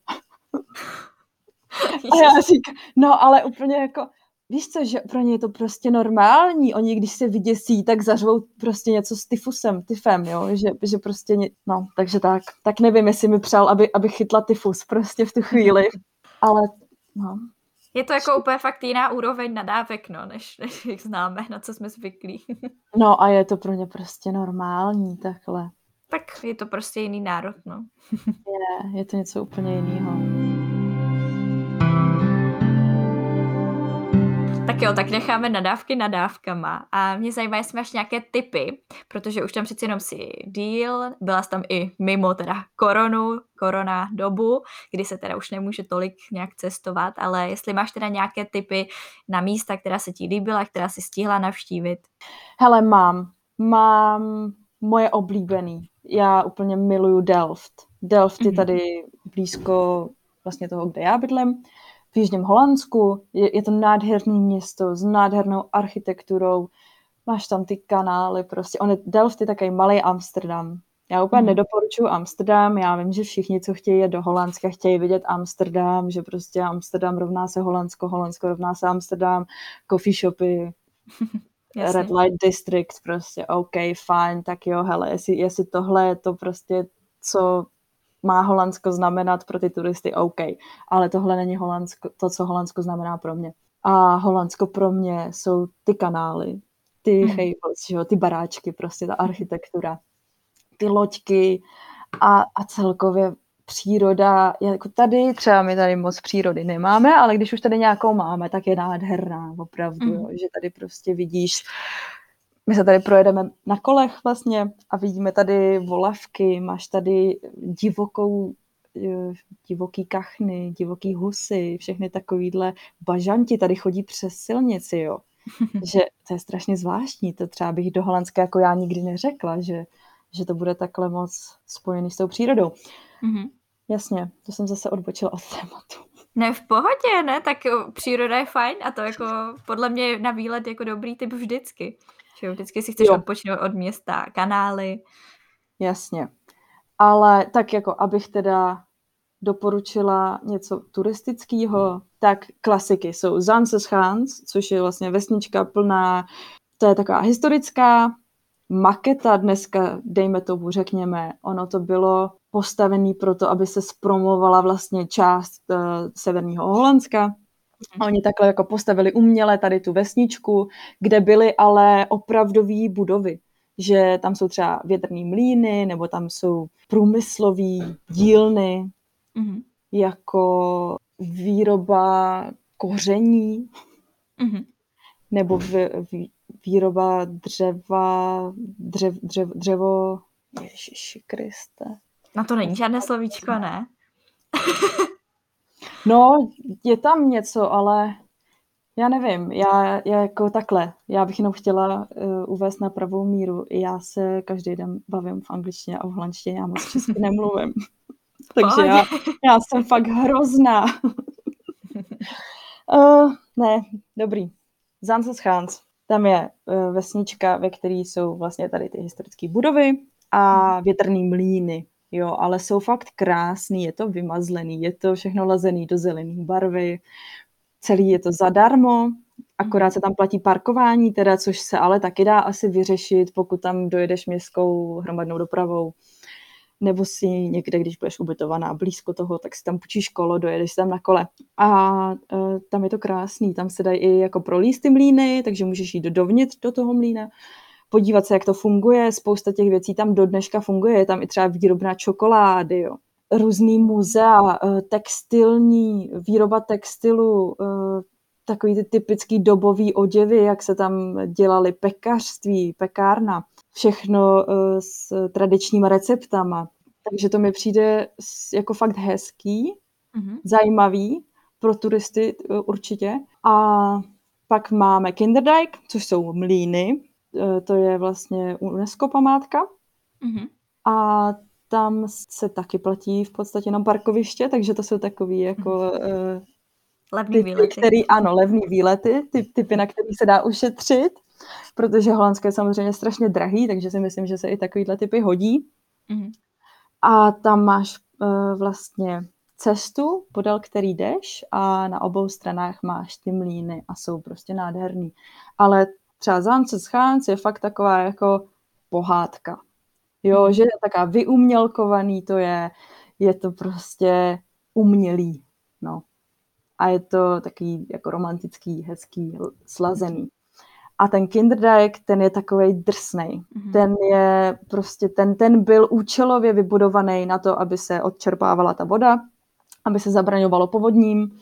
A já říkám, no ale úplně jako, víš co, že pro ně je to prostě normální, oni když se vyděsí, tak zařvou prostě něco s tyfusem, tyfem, jo, že, že prostě, ně... no, takže tak, tak nevím, jestli mi přál, aby, aby chytla tyfus prostě v tu chvíli, ale no. Je to jako úplně fakt jiná úroveň nadávek, no, než, než jak známe, na co jsme zvyklí. No a je to pro ně prostě normální takhle. Tak je to prostě jiný národ, no. Je, je to něco úplně jiného. Tak jo, tak necháme nadávky nadávkama a mě zajímá, jestli máš nějaké tipy, protože už tam přeci jenom si díl, byla jsi tam i mimo teda koronu, korona dobu, kdy se teda už nemůže tolik nějak cestovat, ale jestli máš teda nějaké tipy na místa, která se ti líbila, která si stihla navštívit. Hele, mám. Mám moje oblíbený. Já úplně miluju Delft. Delft mm-hmm. je tady blízko vlastně toho, kde já bydlím, v jižním Holandsku. Je, je to nádherné město s nádhernou architekturou. Máš tam ty kanály prostě. On je, Delft je takový malý Amsterdam. Já úplně hmm. nedoporučuji Amsterdam. Já vím, že všichni, co chtějí jet do Holandska, chtějí vidět Amsterdam, že prostě Amsterdam rovná se Holandsko, Holandsko rovná se Amsterdam, coffee shopy, Red Light District, prostě OK, fajn, tak jo, hele, jestli, jestli tohle je to prostě, co má Holandsko znamenat pro ty turisty, OK, ale tohle není Holandsko, to, co Holandsko znamená pro mě. A Holandsko pro mě jsou ty kanály, ty hmm. hejvels, že jo, ty baráčky, prostě ta architektura, ty loďky a, a celkově příroda, jako tady, třeba my tady moc přírody nemáme, ale když už tady nějakou máme, tak je nádherná, opravdu, mm. jo, že tady prostě vidíš, my se tady projedeme na kolech vlastně a vidíme tady volavky, máš tady divokou, divoký kachny, divoký husy, všechny takovýhle bažanti tady chodí přes silnici, jo. Že to je strašně zvláštní, to třeba bych do Holandska jako já nikdy neřekla, že, že to bude takhle moc spojený s tou přírodou. Mm-hmm. Jasně, to jsem zase odbočila od tématu. Ne, v pohodě, ne, tak příroda je fajn a to jako podle mě na výlet jako dobrý typ vždycky. Že vždycky si chceš jo. odpočinout od města, kanály. Jasně, ale tak jako abych teda doporučila něco turistického, tak klasiky jsou Zandsschans, což je vlastně vesnička plná, to je taková historická maketa dneska, dejme tomu, řekněme, ono to bylo postavený proto, aby se zpromovala vlastně část uh, severního Holandska. Mm. Oni takhle jako postavili uměle tady tu vesničku, kde byly ale opravdové budovy, že tam jsou třeba větrný mlýny, nebo tam jsou průmyslové dílny, mm. jako výroba koření, mm. nebo v, v, výroba dřeva, dřev, dřev, dřevo, Ježiši Kriste. Na to není žádné slovíčko, ne? No, je tam něco, ale já nevím, já, já jako takhle, já bych jenom chtěla uh, uvést na pravou míru. Já se každý den bavím v angličtině a v holandštině, já moc česky nemluvím. Takže já, já jsem fakt hrozná. uh, ne, dobrý. Zanzeschaans. Tam je uh, vesnička, ve které jsou vlastně tady ty historické budovy a větrný mlýny. Jo, ale jsou fakt krásný, je to vymazlený, je to všechno lazený do zelené barvy. Celý je to zadarmo, akorát se tam platí parkování, teda, což se ale taky dá asi vyřešit, pokud tam dojedeš městskou hromadnou dopravou, nebo si někde, když budeš ubytovaná blízko toho, tak si tam půjčíš kolo, dojedeš tam na kole. A uh, tam je to krásný, tam se dají i jako prolíst ty mlýny, takže můžeš jít dovnitř do toho mlýna, podívat se, jak to funguje, spousta těch věcí tam do dneška funguje, je tam i třeba výrobna čokolády, jo. Různý muzea, textilní, výroba textilu, takový ty typický dobový oděvy, jak se tam dělaly pekařství, pekárna, všechno s tradičníma receptama. Takže to mi přijde jako fakt hezký, mm-hmm. zajímavý pro turisty určitě. A pak máme Kinderdijk, což jsou mlýny, to je vlastně UNESCO památka. Mm-hmm. A tam se taky platí v podstatě na parkoviště, takže to jsou takový jako uh, levný typy, výlety. Který, ano, levný výlety, typ, typy, na kterých se dá ušetřit, protože Holandsko je samozřejmě strašně drahý, takže si myslím, že se i takovýhle typy hodí. Mm-hmm. A tam máš uh, vlastně cestu, podél který jdeš a na obou stranách máš ty mlýny a jsou prostě nádherný. Ale třeba Zanzeschaans je fakt taková jako pohádka. Jo, hmm. že je taká vyumělkovaný to je, je to prostě umělý, no. A je to takový jako romantický, hezký, slazený. A ten Kinderdijk, ten je takovej drsnej. Hmm. Ten je prostě, ten, ten byl účelově vybudovaný na to, aby se odčerpávala ta voda, aby se zabraňovalo povodním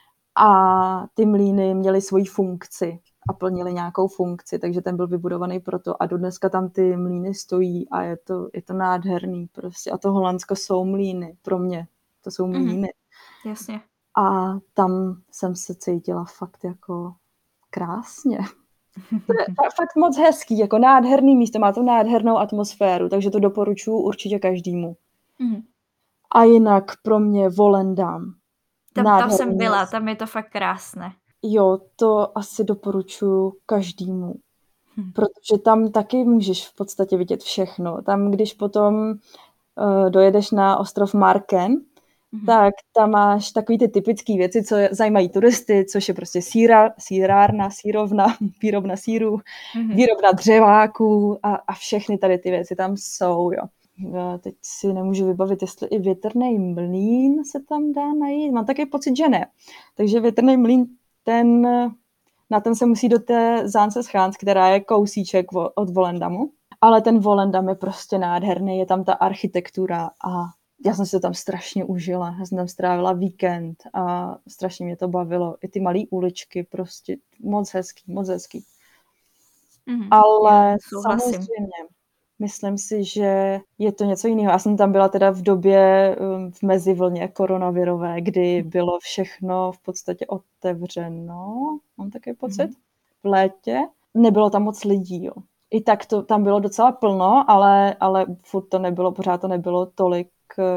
a ty mlýny měly svoji funkci a plnili nějakou funkci, takže ten byl vybudovaný proto a do dneska tam ty mlýny stojí a je to, je to nádherný prostě a to Holandsko jsou mlýny, pro mě to jsou mlýny. Mm, jasně. A tam jsem se cítila fakt jako krásně. To je fakt moc hezký, jako nádherný místo, má to nádhernou atmosféru, takže to doporučuji určitě každému. Mm. A jinak pro mě Volendam. Tam, tam jsem byla, město. Tam je to fakt krásné. Jo, to asi doporučuji každému, hm. protože tam taky můžeš v podstatě vidět všechno. Tam, když potom uh, dojedeš na ostrov Marken, hm. tak tam máš takový ty typické věci, co zajímají turisty, což je prostě síra, sírárna, sírovna, výrobna síru, hm. výrobna dřeváků a, a všechny tady ty věci tam jsou, jo. Já teď si nemůžu vybavit, jestli i větrný mlýn se tam dá najít. Mám taky pocit, že ne. Takže větrný mlýn, ten, na ten se musí do té Zanzeschaans, která je kousíček od Volendamu. Ale ten Volendam je prostě nádherný, je tam ta architektura a já jsem si to tam strašně užila. Já jsem tam strávila víkend a strašně mě to bavilo. I ty malé uličky, prostě moc hezký, moc hezký. Mm-hmm. Ale samozřejmě... Myslím si, že je to něco jiného. Já jsem tam byla teda v době v mezivlně koronavirové, kdy bylo všechno v podstatě otevřeno. Mám takový pocit. V létě. Nebylo tam moc lidí, jo. I tak to tam bylo docela plno, ale, ale furt to nebylo, pořád to nebylo tolik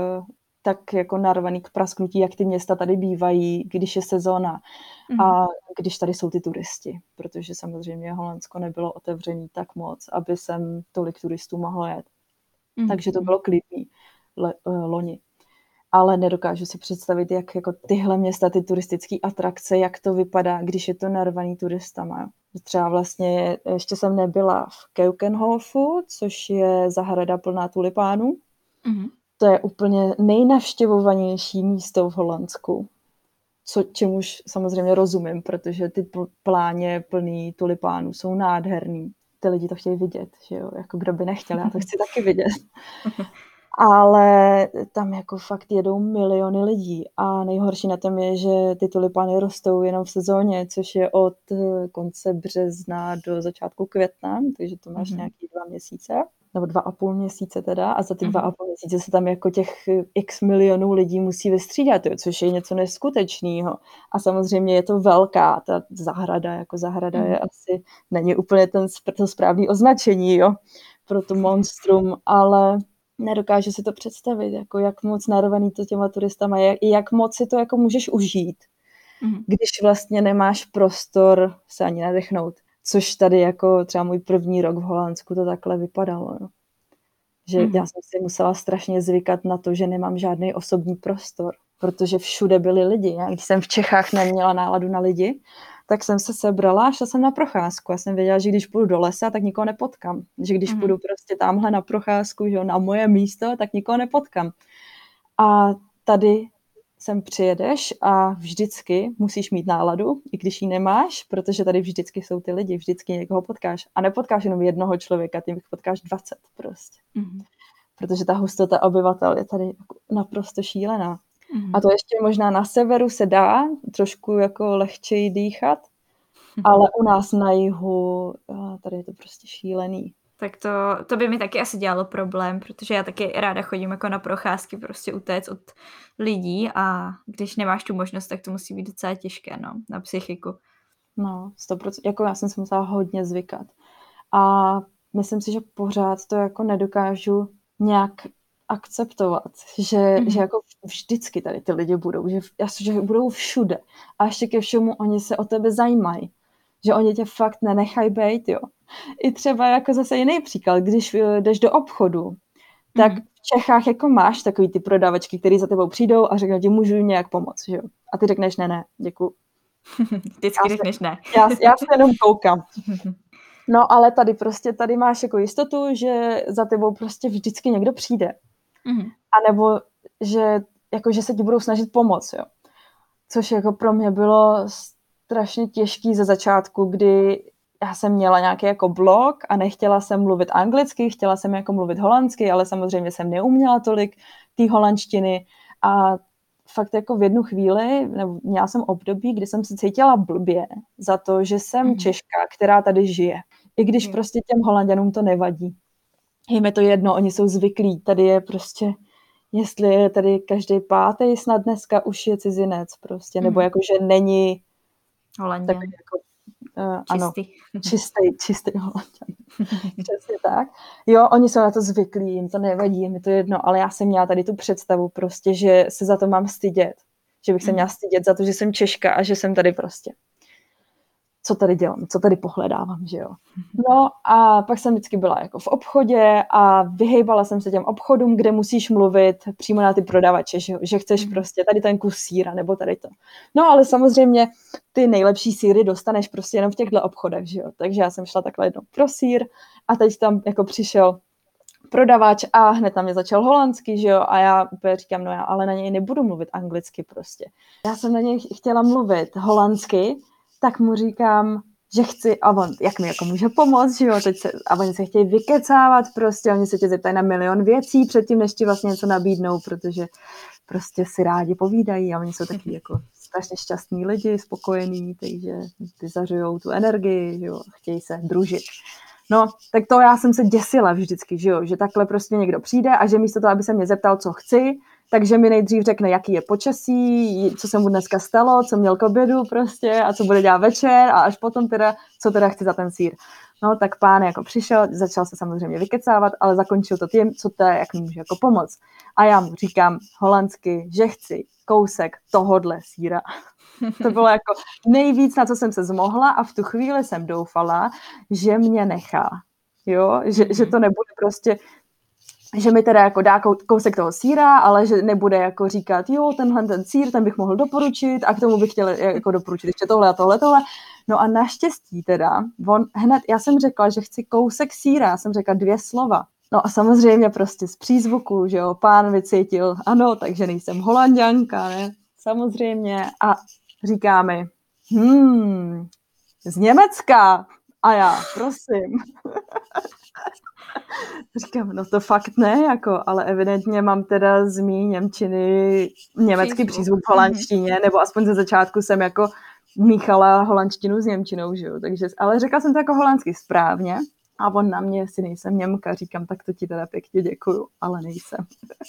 tak jako narvaný k prasknutí, jak ty města tady bývají, když je sezóna mm. a když tady jsou ty turisti, protože samozřejmě Holandsko nebylo otevřený tak moc, aby sem tolik turistů mohlo jet. Mm. Takže to bylo klidný le, loni. Ale nedokážu si představit, jak jako tyhle města, ty turistické atrakce, jak to vypadá, když je to narvaný turistama. Třeba vlastně ještě jsem nebyla v Keukenhofu, což je zahrada plná tulipánů. Mm. To je úplně nejnavštěvovanější místo v Holandsku, co, čemuž samozřejmě rozumím, protože ty pláně plný tulipánů jsou nádherný. Ty lidi to chtějí vidět, že jo, jako kdo by nechtěl, já to chci taky vidět. Ale tam jako fakt jedou miliony lidí a nejhorší na tom je, že ty tulipány rostou jenom v sezóně, což je od konce března do začátku května, takže to máš mm-hmm. nějaký dva měsíce, nebo dva a půl měsíce teda a za ty mm-hmm. dva a půl měsíce se tam jako těch x milionů lidí musí vystřídat, což je něco neskutečného. A samozřejmě je to velká, ta zahrada, jako zahrada mm-hmm. je asi, není úplně ten, to správný označení, jo, pro to monstrum, ale nedokážu si to představit, jako jak moc narvaný to těma turistama je, i jak moc si to jako můžeš užít, mm. když vlastně nemáš prostor se ani nadechnout. Což tady jako třeba můj první rok v Holandsku to takhle vypadalo. No. Že mm. já jsem si musela strašně zvykat na to, že nemám žádný osobní prostor, protože všude byli lidi. Já, když jsem v Čechách neměla náladu na lidi, tak jsem se sebrala a šla jsem na procházku. Já jsem věděla, že když půjdu do lesa, tak nikoho nepotkám. Že když mm. půjdu prostě tamhle na procházku, že jo, na moje místo, tak nikoho nepotkám. A tady sem přijedeš a vždycky musíš mít náladu, i když ji nemáš, protože tady vždycky jsou ty lidi, vždycky někoho potkáš. A nepotkáš jenom jednoho člověka, ty potkáš dvacet prostě. Mm. Protože ta hustota obyvatel je tady naprosto šílená. Mm. A to ještě možná na severu se dá trošku jako lehčeji dýchat, ale u nás na jihu tady je to prostě šílený. Tak to, to by mi taky asi dělalo problém, protože já taky ráda chodím jako na procházky prostě utéct od lidí a když nemáš tu možnost, tak to musí být docela těžké, no, na psychiku. No, sto procent. Jako já jsem se musela hodně zvykat. A myslím si, že pořád to jako nedokážu nějak akceptovat, že, mm-hmm. že jako vždycky tady ty lidi budou, že, že budou všude a ještě ke všemu oni se o tebe zajímají, že oni tě fakt nenechají bejt, jo. I třeba jako zase jiný příklad, když jdeš do obchodu, tak mm-hmm. v Čechách jako máš takový ty prodavačky, který za tebou přijdou a řeknou ti, můžu jim nějak pomoct, jo. A ty řekneš, ne, ne, děkuju. Vždycky já řekneš se, ne. já, já se jenom koukám. No ale tady prostě, tady máš jako jistotu, že za tebou prostě vždycky někdo přijde. Mm-hmm. A nebo, že, jako, že se ti budou snažit pomoct, jo. Což jako pro mě bylo strašně těžký ze začátku, kdy já jsem měla nějaký jako blog a nechtěla jsem mluvit anglicky, chtěla jsem jako mluvit holandsky, ale samozřejmě jsem neuměla tolik té holandštiny a fakt jako v jednu chvíli, nebo měla jsem období, kdy jsem se cítila blbě za to, že jsem mm. Češka, která tady žije. I když mm. prostě těm Holanďanům to nevadí. Jim je to jedno, oni jsou zvyklí, tady je prostě, jestli je tady každý pátý snad dneska už je cizinec prostě, mm. nebo jako, že není Holanděn. Takový jako Uh, ano, čistý, čistý Holanďan. Přesně tak. Jo, oni jsou na to zvyklí, jim to nevadí, jim je to jedno, ale já jsem měla tady tu představu prostě, že se za to mám stydět. Že bych se měla stydět za to, že jsem Češka a že jsem tady prostě. Co tady dělám, co tady pohledávám, že jo. No a pak jsem vždycky byla jako v obchodě a vyhejbala jsem se těm obchodům, kde musíš mluvit přímo na ty prodavače, že, jo? Že chceš prostě tady ten kus sýra nebo tady to. No ale samozřejmě ty nejlepší sýry dostaneš prostě jenom v těchto obchodech, že jo. Takže já jsem šla takhle jednou pro sýr a teď tam jako přišel prodavač a hned na mě začal holandsky, že jo, a já úplně říkám, no já ale na něj nebudu mluvit anglicky prostě. Já jsem na něj chtěla mluvit holandsky, tak mu říkám, že chci, a on, jak mi jako může pomoct, že jo, teď se, a oni se chtějí vykecávat prostě, oni se tě zeptají na milion věcí předtím, než ti vlastně něco nabídnou, protože prostě si rádi povídají a oni jsou taky jako strašně šťastní lidi, spokojení, takže vyzařujou tu energii, že jo, chtějí se družit. No, tak to já jsem se děsila vždycky, že jo, že takhle prostě někdo přijde a že místo toho, aby se mě zeptal, co chci, takže mi nejdřív řekne, jaký je počasí, co se mu dneska stalo, co měl k obědu prostě a co bude dělat večer a až potom teda, co teda chci za ten sýr. No, tak pán jako přišel, začal se samozřejmě vykecávat, ale zakončil to tím, co to je, jak mi může jako pomoct. A já mu říkám holandsky, že chci kousek tohodle sýra. To bylo jako nejvíc, na co jsem se zmohla a v tu chvíli jsem doufala, že mě nechá. Jo, že, že to nebude prostě, že mi teda jako dá kousek toho sýra, ale že nebude jako říkat, jo, tenhle ten sýr, ten bych mohl doporučit a k tomu bych chtěla jako doporučit ještě tohle a tohle, tohle. No a naštěstí teda, on hned, já jsem řekla, že chci kousek sýra, já jsem řekla dvě slova. No a samozřejmě prostě z přízvuku, že jo, pán vycítil, ano, takže nejsem Holanďanka, ne, samozřejmě. A říká mi, hmm, z Německa. A já, prosím. Říkám, no to fakt ne, jako, ale evidentně mám teda z mý němčiny německý přízvuk v holandštině, mm-hmm. nebo aspoň ze začátku jsem jako míchala holandštinu s němčinou, že jo, takže, ale řekla jsem to jako holandsky správně a on na mě, jestli nejsem Němka, říkám, tak to ti teda pěkně děkuju, ale nejsem.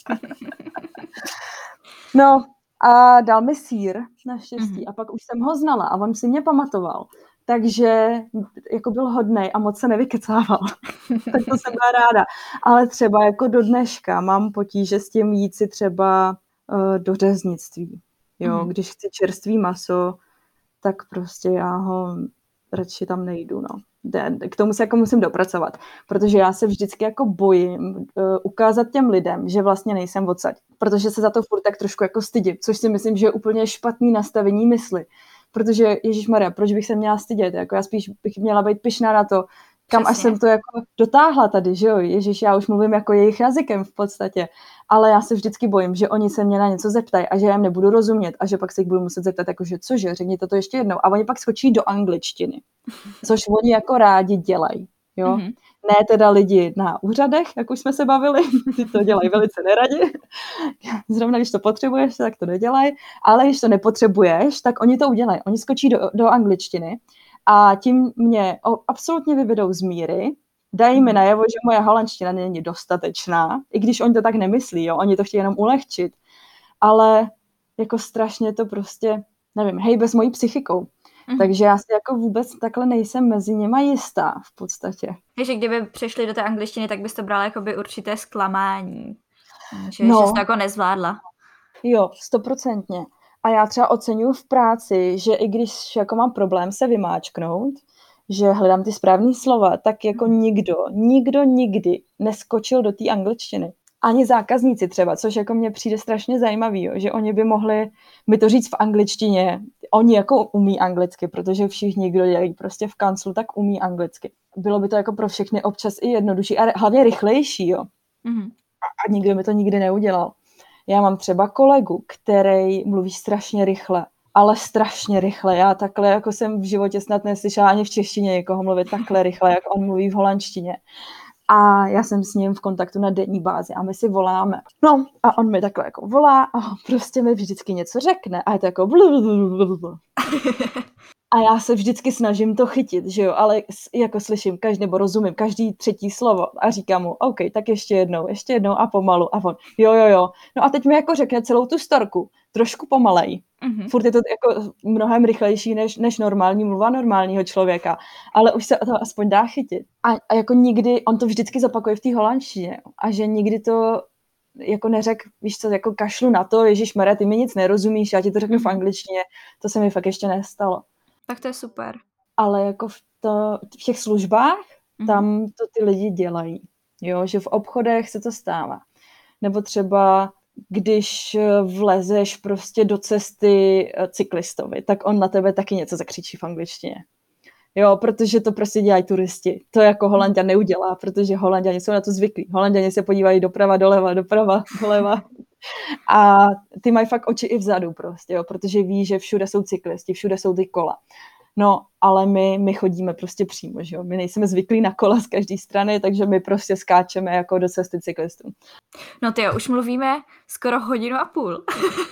No a dal mi sýr, naštěstí, mm-hmm. a pak už jsem ho znala a on si mě pamatoval. Takže jako byl hodnej a moc se nevykecával. Tak to jsem byla ráda. Ale třeba jako do dneška mám potíže s tím jít si třeba uh, do řeznictví. Jo, mm. Když chci čerstvý maso, tak prostě já ho radši tam nejdu. No. K tomu se jako musím dopracovat. Protože já se vždycky jako bojím uh, ukázat těm lidem, že vlastně nejsem odsaď. Protože se za to furt tak trošku jako stydím. Což si myslím, že je úplně špatný nastavení mysli. Protože, ježišmarja, proč bych se měla stydět? Jako já spíš bych měla být pyšná na to, kam Přesně. Až jsem to jako dotáhla tady, že jo? Ježiš, já už mluvím jako jejich jazykem v podstatě. Ale já se vždycky bojím, že oni se mě na něco zeptají a že já jim nebudu rozumět a že pak se jich budu muset zeptat, jakože cože, řekněte to ještě jednou. A oni pak skočí do angličtiny, což oni jako rádi dělají, jo? Mm-hmm. Ne teda lidi na úřadech, jak už jsme se bavili, ty to dělají velice neradi. Zrovna když to potřebuješ, tak to nedělají, ale když to nepotřebuješ, tak oni to udělají. Oni skočí do, do angličtiny a tím mě absolutně vyvedou z míry, dají mi najevo, že moje holandština není dostatečná, i když oni to tak nemyslí, jo? Oni to chtějí jenom ulehčit, ale jako strašně to prostě, nevím, hejbe s mojí psychikou. Mm-hmm. Takže já si jako vůbec takhle nejsem mezi nima jistá v podstatě. Takže kdyby přešli do té angličtiny, tak bys to brala jako by určité zklamání. Že, no, že jsi to jako nezvládla. Jo, stoprocentně. A já třeba oceňuji v práci, že i když jako mám problém se vymáčknout, že hledám ty správný slova, tak jako nikdo, nikdo nikdy neskočil do té angličtiny. Ani zákazníci třeba, což jako mně přijde strašně zajímavý, jo, že oni by mohli mi to říct v angličtině. Oni jako umí anglicky, protože všichni, kdo dělají prostě v kanclu, tak umí anglicky. Bylo by to jako pro všechny občas i jednodušší a hlavně rychlejší, jo. Mm-hmm. A nikdo mi to nikdy neudělal. Já mám třeba kolegu, který mluví strašně rychle, ale strašně rychle. Já takhle, jako jsem v životě snad neslyšela ani v češtině někoho mluvit takhle rychle, jak on mluví v holandštině. A já jsem s ním v kontaktu na denní bázi a my si voláme. No a on mi takhle jako volá a prostě mi vždycky něco řekne a je to jako blablabla. A já se vždycky snažím to chytit, že jo, ale jako slyším každý, nebo rozumím každý třetí slovo a říkám mu, OK, tak ještě jednou, ještě jednou a pomalu. A on, jo, jo, jo. No a teď mi jako řekne celou tu storku, trošku pomalej. Mm-hmm. Furt je to jako mnohem rychlejší než, než normální mluva normálního člověka, ale už se to aspoň dá chytit. A, a jako nikdy, on to vždycky zopakuje v té holandštině a že nikdy to jako neřek, víš co, jako kašlu na to, ježišmarja, ty mi nic nerozumíš, já ti to řeknu mm-hmm. v angličtině, to se mi fakt ještě nestalo. Tak to je super. Ale jako v, to, v těch službách, mm-hmm. tam to ty lidi dělají, jo, že v obchodech se to stává. Nebo třeba když vlezeš prostě do cesty cyklistovi, tak on na tebe taky něco zakřičí v angličtině. Jo, protože to prostě dělají turisti. To jako Holanďan neudělá, protože Holanďani jsou na to zvyklí. Holanďani se podívají doprava, doleva, doprava, doleva. A ty mají fakt oči i vzadu prostě, jo, protože ví, že všude jsou cyklisti, všude jsou ty kola. No, ale my, my chodíme prostě přímo, že jo. My nejsme zvyklí na kola z každé strany, takže my prostě skáčeme jako do cesty cyklistů. No ty jo, už mluvíme skoro hodinu a půl.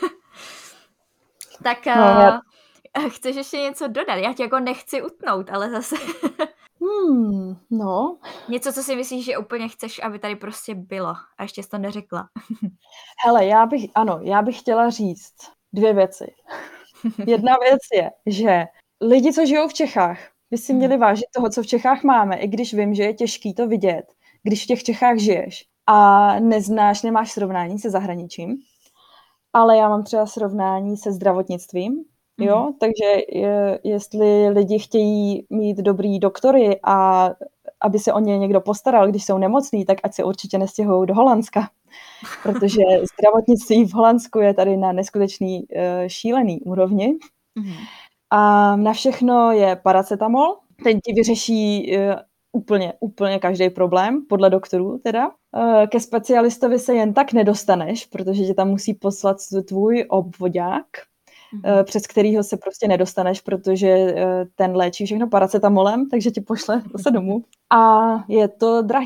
Tak no, uh, já... chceš ještě něco dodat? Já tě jako nechci utnout, ale zase... hmm, no. Něco, co si myslíš, že úplně chceš, aby tady prostě bylo. A ještě jsi to neřekla. Hele, já bych, ano, já bych chtěla říct dvě věci. Jedna věc je, že lidi, co žijou v Čechách, by si měli vážit toho, co v Čechách máme, i když vím, že je těžký to vidět, když v těch Čechách žiješ a neznáš, nemáš srovnání se zahraničím, ale já mám třeba srovnání se zdravotnictvím, jo, mm. takže je, jestli lidi chtějí mít dobrý doktory a aby se o ně někdo postaral, když jsou nemocní, tak ať se určitě nestěhují do Holandska, protože zdravotnictví v Holandsku je tady na neskutečný uh, šílený úrovni. Mm. A na všechno je paracetamol. Ten ti vyřeší uh, úplně, úplně každý problém, podle doktorů teda. Uh, ke specialistovi se jen tak nedostaneš, protože tě tam musí poslat tvůj obvodák, mm-hmm. uh, přes kterýho se prostě nedostaneš, protože uh, ten léčí všechno paracetamolem, takže ti pošle zase domů. A je to drahý.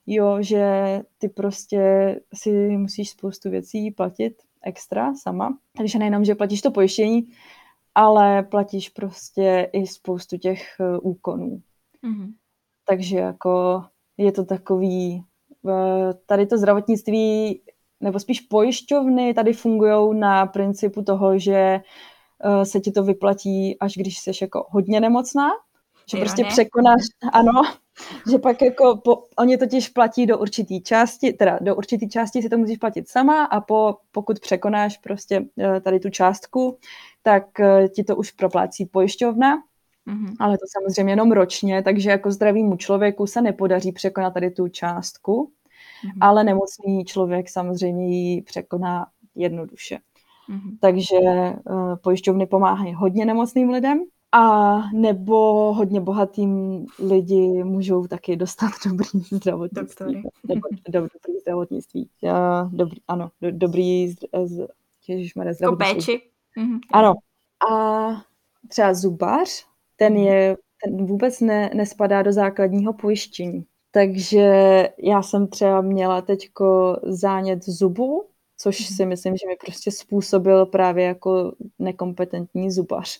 jo, že ty prostě si musíš spoustu věcí platit extra sama. Takže nejenom, že platíš to pojištění, ale platíš prostě i spoustu těch uh, úkonů. Mm-hmm. Takže jako je to takový, uh, tady to zdravotnictví, nebo spíš pojišťovny tady fungují na principu toho, že uh, se ti to vyplatí, až když jsi jako hodně nemocná, že Ironie. prostě překonáš, ano, že pak jako po, oni totiž platí do určitý části, teda do určitý části si to musíš platit sama a po, pokud překonáš prostě tady tu částku, tak ti to už proplácí pojišťovna, mm-hmm. ale to samozřejmě jenom ročně, takže jako zdravému člověku se nepodaří překonat tady tu částku, mm-hmm. ale nemocný člověk samozřejmě ji překoná jednoduše. Mm-hmm. Takže uh, pojišťovny pomáhají hodně nemocným lidem, a nebo hodně bohatým lidi můžou taky dostat dobrý zdravotnictví. Nebo do, dobrý zdravotnictví. Ja, dobrý, ano, do, dobrý ježišmarja, zdravotnictví. Péči. Mm-hmm. Ano. A třeba zubař, ten, je, ten vůbec ne, nespadá do základního pojištění. Takže já jsem třeba měla teďko zánět zubu, což mm-hmm. si myslím, že mi prostě způsobil právě jako nekompetentní zubař.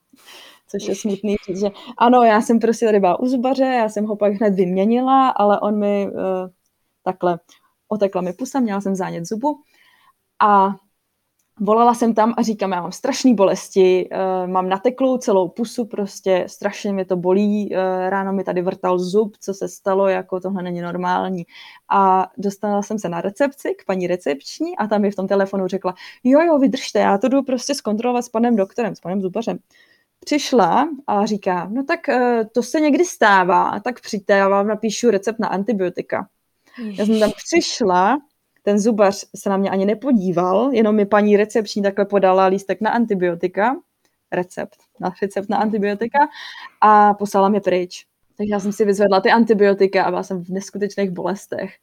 Což je smutný říct, že ano, já jsem prostě tady byla u zubaře, já jsem ho pak hned vyměnila, ale on mi uh, takhle otekla mi pusa, měla jsem zánět zubu a volala jsem tam a říkám, já mám strašný bolesti, uh, mám nateklou celou pusu, prostě strašně mi to bolí, uh, ráno mi tady vrtal zub, co se stalo, jako tohle není normální. A dostala jsem se na recepci k paní recepční a tam mi v tom telefonu řekla, jo, jo, vydržte, já to jdu prostě zkontrolovat s panem doktorem, s panem zubařem. Přišla a říká, no tak to se někdy stává, tak přijďte, já vám napíšu recept na antibiotika. Ježiš. Já jsem tam přišla, ten zubař se na mě ani nepodíval, jenom mi paní recepční takhle podala lístek na antibiotika, recept na recept na antibiotika a poslala mě pryč. Takže já jsem si vyzvedla ty antibiotika a byla jsem v neskutečných bolestech.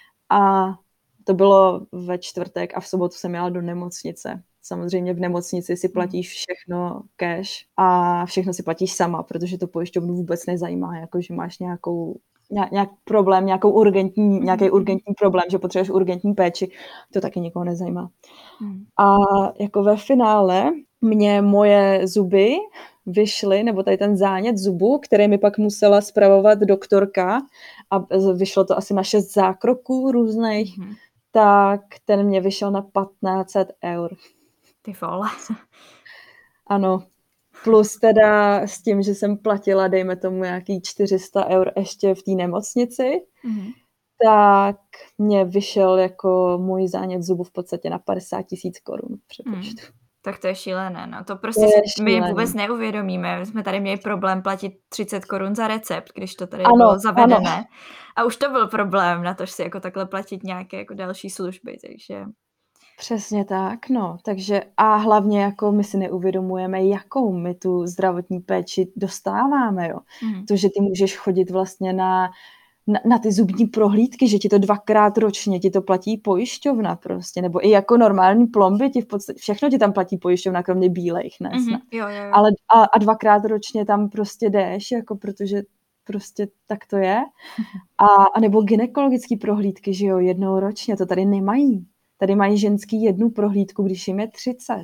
A to bylo ve čtvrtek a v sobotu jsem jela do nemocnice. Samozřejmě v nemocnici si platíš všechno cash a všechno si platíš sama, protože to pojišťovnu vůbec nezajímá, jako že máš nějakou, nějak problém, nějakou urgentní, nějaký urgentní problém, že potřebuješ urgentní péči, to taky nikoho nezajímá. A jako ve finále mě moje zuby vyšly, nebo tady ten zánět zubu, který mi pak musela spravovat doktorka a vyšlo to asi na šest zákroků různých, mm. tak ten mě vyšel na patnáct set eur. Ty vole. Ano. Plus teda s tím, že jsem platila, dejme tomu, nějaký čtyři sta eur ještě v té nemocnici, mm-hmm. tak mě vyšel jako můj zánět zubu v podstatě na padesát tisíc korun v přepočtu. Mm. Tak to je šílené, no. To prostě to si my vůbec neuvědomíme. My jsme tady měli problém platit třicet korun za recept, když to tady ano, bylo zavedené. Ano. A už to byl problém na to, že si jako takhle platit nějaké jako další služby, takže... Přesně tak, no. Takže a hlavně jako my si neuvědomujeme, jakou my tu zdravotní péči dostáváme, jo. Mm. To, že ty můžeš chodit vlastně na, na, na ty zubní prohlídky, že ti to dvakrát ročně ti to platí pojišťovna prostě, nebo i jako normální plomby ti v podstatě, všechno ti tam platí pojišťovna, kromě bílejch, ne? Mm-hmm. Jo, jo, jo. Ale a, a dvakrát ročně tam prostě jdeš, jako protože prostě tak to je. A, a nebo gynekologické prohlídky, že jo, jednou ročně, to tady nemají. Tady mají ženský jednu prohlídku, když jim je třicet.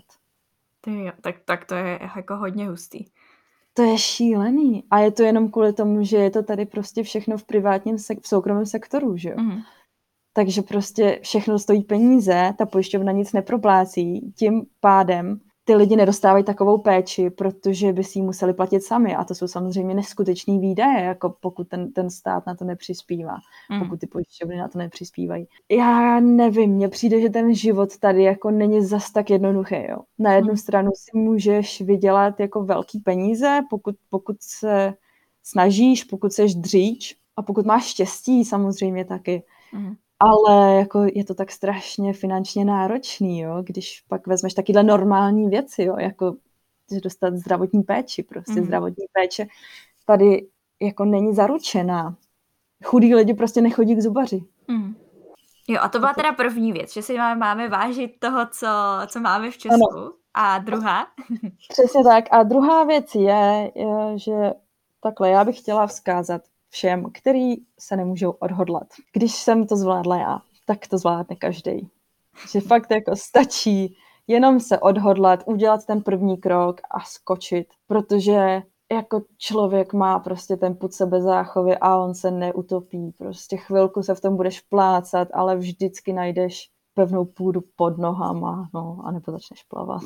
Ty jo, tak, tak to je jako hodně hustý. To je šílený. A je to jenom kvůli tomu, že je to tady prostě všechno v privátním, sek- v soukromém sektoru, že jo. Mm. Takže prostě všechno stojí peníze, ta pojišťovna nic neproplácí, tím pádem ty lidi nedostávají takovou péči, protože by si ji museli platit sami. A to jsou samozřejmě neskutečný výdaje, jako pokud ten, ten stát na to nepřispívá, mm. pokud ty pojišťovny na to nepřispívají. Já nevím, mně přijde, že ten život tady jako není zas tak jednoduchý. Jo. Na jednu mm. stranu si můžeš vydělat jako velký peníze, pokud, pokud se snažíš, pokud seš dříč a pokud máš štěstí samozřejmě taky. Mm. Ale jako je to tak strašně finančně náročný, jo, když pak vezmeš takyhle normální věci, jo, jako dostat zdravotní péči, prostě mm. zdravotní péče tady jako není zaručená. Chudí lidi prostě nechodí k zubaři. Mm. Jo, a to byla teda první věc, že si máme vážit toho, co, co máme v Česku. Ano. A druhá? Přesně tak. A druhá věc je, je, že takhle já bych chtěla vzkázat všem, který se nemůžou odhodlat. Když jsem to zvládla já, tak to zvládne každý. Že fakt jako stačí jenom se odhodlat, udělat ten první krok a skočit, protože jako člověk má prostě ten pud sebezáchovy a on se neutopí. Prostě chvilku se v tom budeš plácat, ale vždycky najdeš pevnou půdu pod nohama, no, a nebo začneš plavat.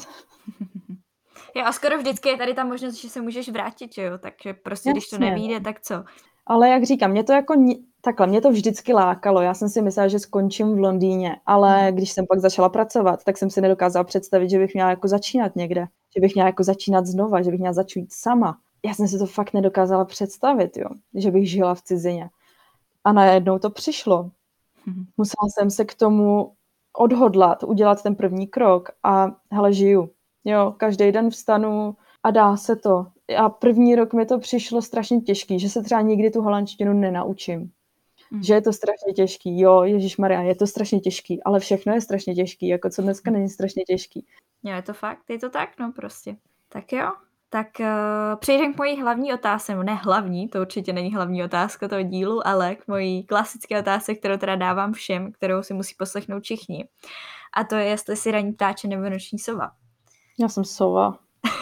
Jo, a skoro vždycky je tady ta možnost, že se můžeš vrátit, že jo, takže prostě Jasně. Když to nevyjde, tak co? Ale jak říkám, mě to jako takhle, mě to vždycky lákalo. Já jsem si myslela, že skončím v Londýně, ale hmm. když jsem pak začala pracovat, tak jsem si nedokázala představit, že bych měla jako začínat někde, že bych měla jako začínat znova, že bych měla začít sama. Já jsem si to fakt nedokázala představit, jo, že bych žila v cizině. A najednou to přišlo. Hmm. Musela jsem se k tomu odhodlat, udělat ten první krok a hele, žiju. Jo, každý den vstanu a dá se to. A první rok mi to přišlo strašně těžký, že se třeba nikdy tu holandštinu nenaučím. Mm. Že je to strašně těžký. Jo, ježišmarja, je to strašně těžký, ale všechno je strašně těžký, jako co dneska není strašně těžký. Jo, je to fakt, je to tak, no prostě. Tak jo, tak uh, přejdem k mojí hlavní otázce, no ne hlavní, to určitě není hlavní otázka toho dílu, ale k mojí klasické otázce, kterou teda dávám všem, kterou si musí poslechnout všichni. A to je, jestli si ranní ptáče nebo noční sova. Já jsem sova.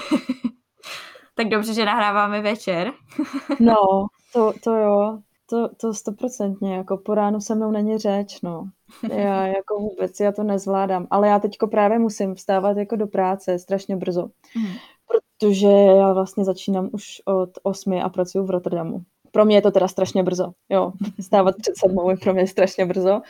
Tak dobře, že nahráváme večer. No, to, to jo, to, to stoprocentně, jako po ránu se mnou není řeč, no. Já jako vůbec, já to nezvládám, ale já teďko právě musím vstávat jako do práce strašně brzo, mm. protože já vlastně začínám už od osmi a pracuji v Rotterdamu. Pro mě je to teda strašně brzo, jo, vstávat před sedmou je pro mě strašně brzo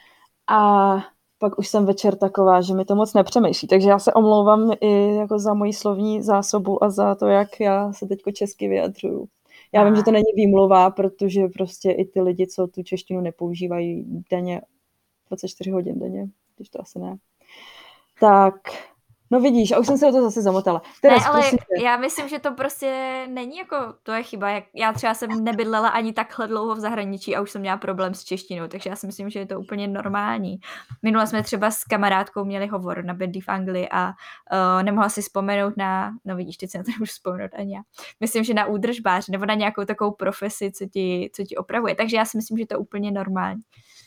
a pak už jsem večer taková, že mi to moc nepřemýšlí, takže já se omlouvám i jako za moji slovní zásobu a za to, jak já se teďko česky vyjadřuju. Já a. vím, že to není výmluva, protože prostě i ty lidi, co tu češtinu nepoužívají denně, dvacet čtyři hodin denně, když to asi ne. Tak, no vidíš, a už jsem se o to zase zamotala. Teraz, ne, ale prosíte. Já myslím, že to prostě není jako, to je chyba. Jak já třeba jsem nebydlela ani takhle dlouho v zahraničí a už jsem měla problém s češtinou, takže já si myslím, že je to úplně normální. Minule jsme třeba s kamarádkou měli hovor na bydlí v Anglii a uh, nemohla si vzpomenout na, no vidíš, teď si na to nemůžu vzpomenout ani já. Myslím, že na údržbář nebo na nějakou takovou profesi, co ti, co ti opravuje. Takže já si myslím, že to je úplně normální.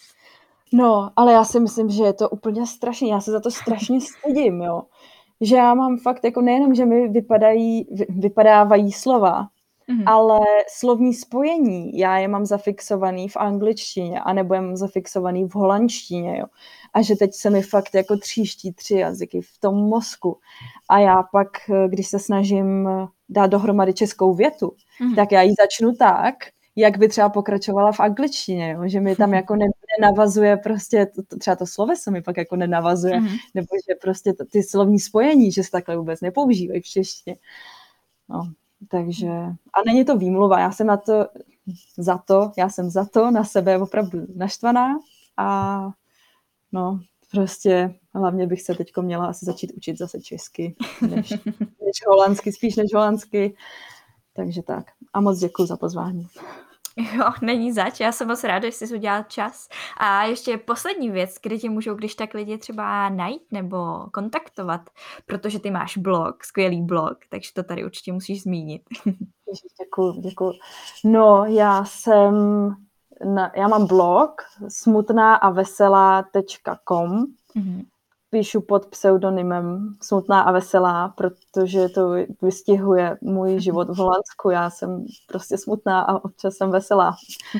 No, ale já si myslím, že je to úplně strašně, já se za to strašně stydím, jo. Že já mám fakt, jako nejenom, že mi vypadají, vy, vypadávají slova, mm-hmm. ale slovní spojení, já je mám zafixovaný v angličtině, anebo je mám zafixovaný v holandštině, jo. A že teď se mi fakt jako tříští tři jazyky v tom mozku. A já pak, když se snažím dát dohromady českou větu, mm-hmm. tak já ji začnu tak, jak by třeba pokračovala v angličtině, jo? Že mi tam jako nenavazuje prostě, to, to, třeba to sloveso mi pak jako nenavazuje, mm-hmm. nebo že prostě to, ty slovní spojení, že se takhle vůbec nepoužívají v češtině. No, takže, a není to výmluva, já jsem na to, za to, já jsem za to na sebe opravdu naštvaná a no, prostě hlavně bych se teďko měla asi začít učit zase česky, než, než holandsky, spíš než holandsky. Takže tak. A moc děkuji za pozvání. Jo, není zač, já jsem moc ráda, že jsi udělal čas. A ještě poslední věc, kde tě můžou když tak lidi třeba najít nebo kontaktovat, protože ty máš blog, skvělý blog, takže to tady určitě musíš zmínit. Děkuji, děkuji. No, já jsem, na, já mám blog smutná a veselá tečka com. Mm-hmm. Píšu pod pseudonymem Smutná a veselá, protože to vystihuje můj život v Holandsku. Já jsem prostě smutná a občas jsem veselá.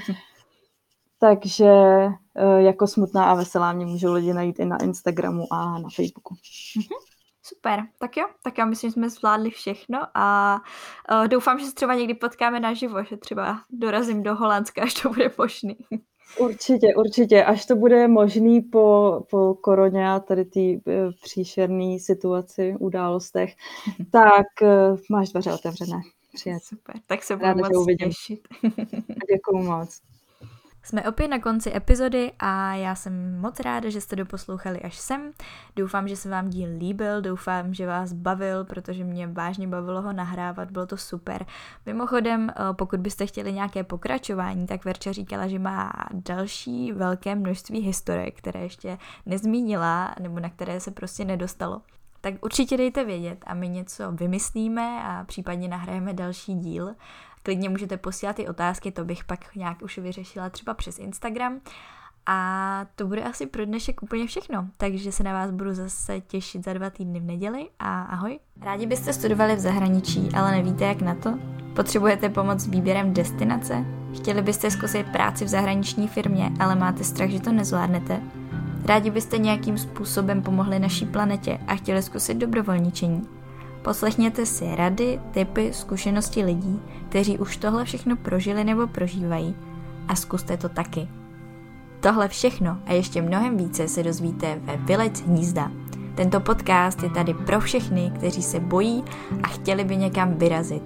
Takže jako Smutná a veselá mě můžou lidi najít i na Instagramu a na Facebooku. Super, tak jo, tak já myslím, že jsme zvládli všechno a uh, doufám, že se třeba někdy potkáme naživo, že třeba dorazím do Holandska, až to bude možný. Určitě, určitě. Až to bude možný po, po koroně a tady té e, příšerné situaci, událostech, tak e, máš dveře otevřené. Přijet. Super, tak se budu moc těšit. Děkuju moc. Jsme opět na konci epizody a já jsem moc ráda, že jste doposlouchali až sem. Doufám, že se vám díl líbil, doufám, že vás bavil, protože mě vážně bavilo ho nahrávat, bylo to super. Mimochodem, pokud byste chtěli nějaké pokračování, tak Verča říkala, že má další velké množství historek, které ještě nezmínila, nebo na které se prostě nedostalo. Tak určitě dejte vědět a my něco vymyslíme a případně nahrajeme další díl. klidně můžete posílat i otázky, to bych pak nějak už vyřešila třeba přes Instagram. A to bude asi pro dnešek úplně všechno, takže se na vás budu zase těšit za dva týdny v neděli a ahoj. Rádi byste studovali v zahraničí, ale nevíte jak na to? Potřebujete pomoc s výběrem destinace? Chtěli byste zkusit práci v zahraniční firmě, ale máte strach, že to nezvládnete? Rádi byste nějakým způsobem pomohli naší planetě a chtěli zkusit dobrovolničení? Poslechněte si rady, tipy, zkušenosti lidí, kteří už tohle všechno prožili nebo prožívají a zkuste to taky. Tohle všechno a ještě mnohem více se dozvíte ve Vylec hnízda. Tento podcast je tady pro všechny, kteří se bojí a chtěli by někam vyrazit.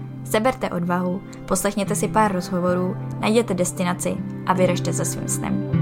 Seberte odvahu, poslechněte si pár rozhovorů, najděte destinaci a vyražte za svým snem.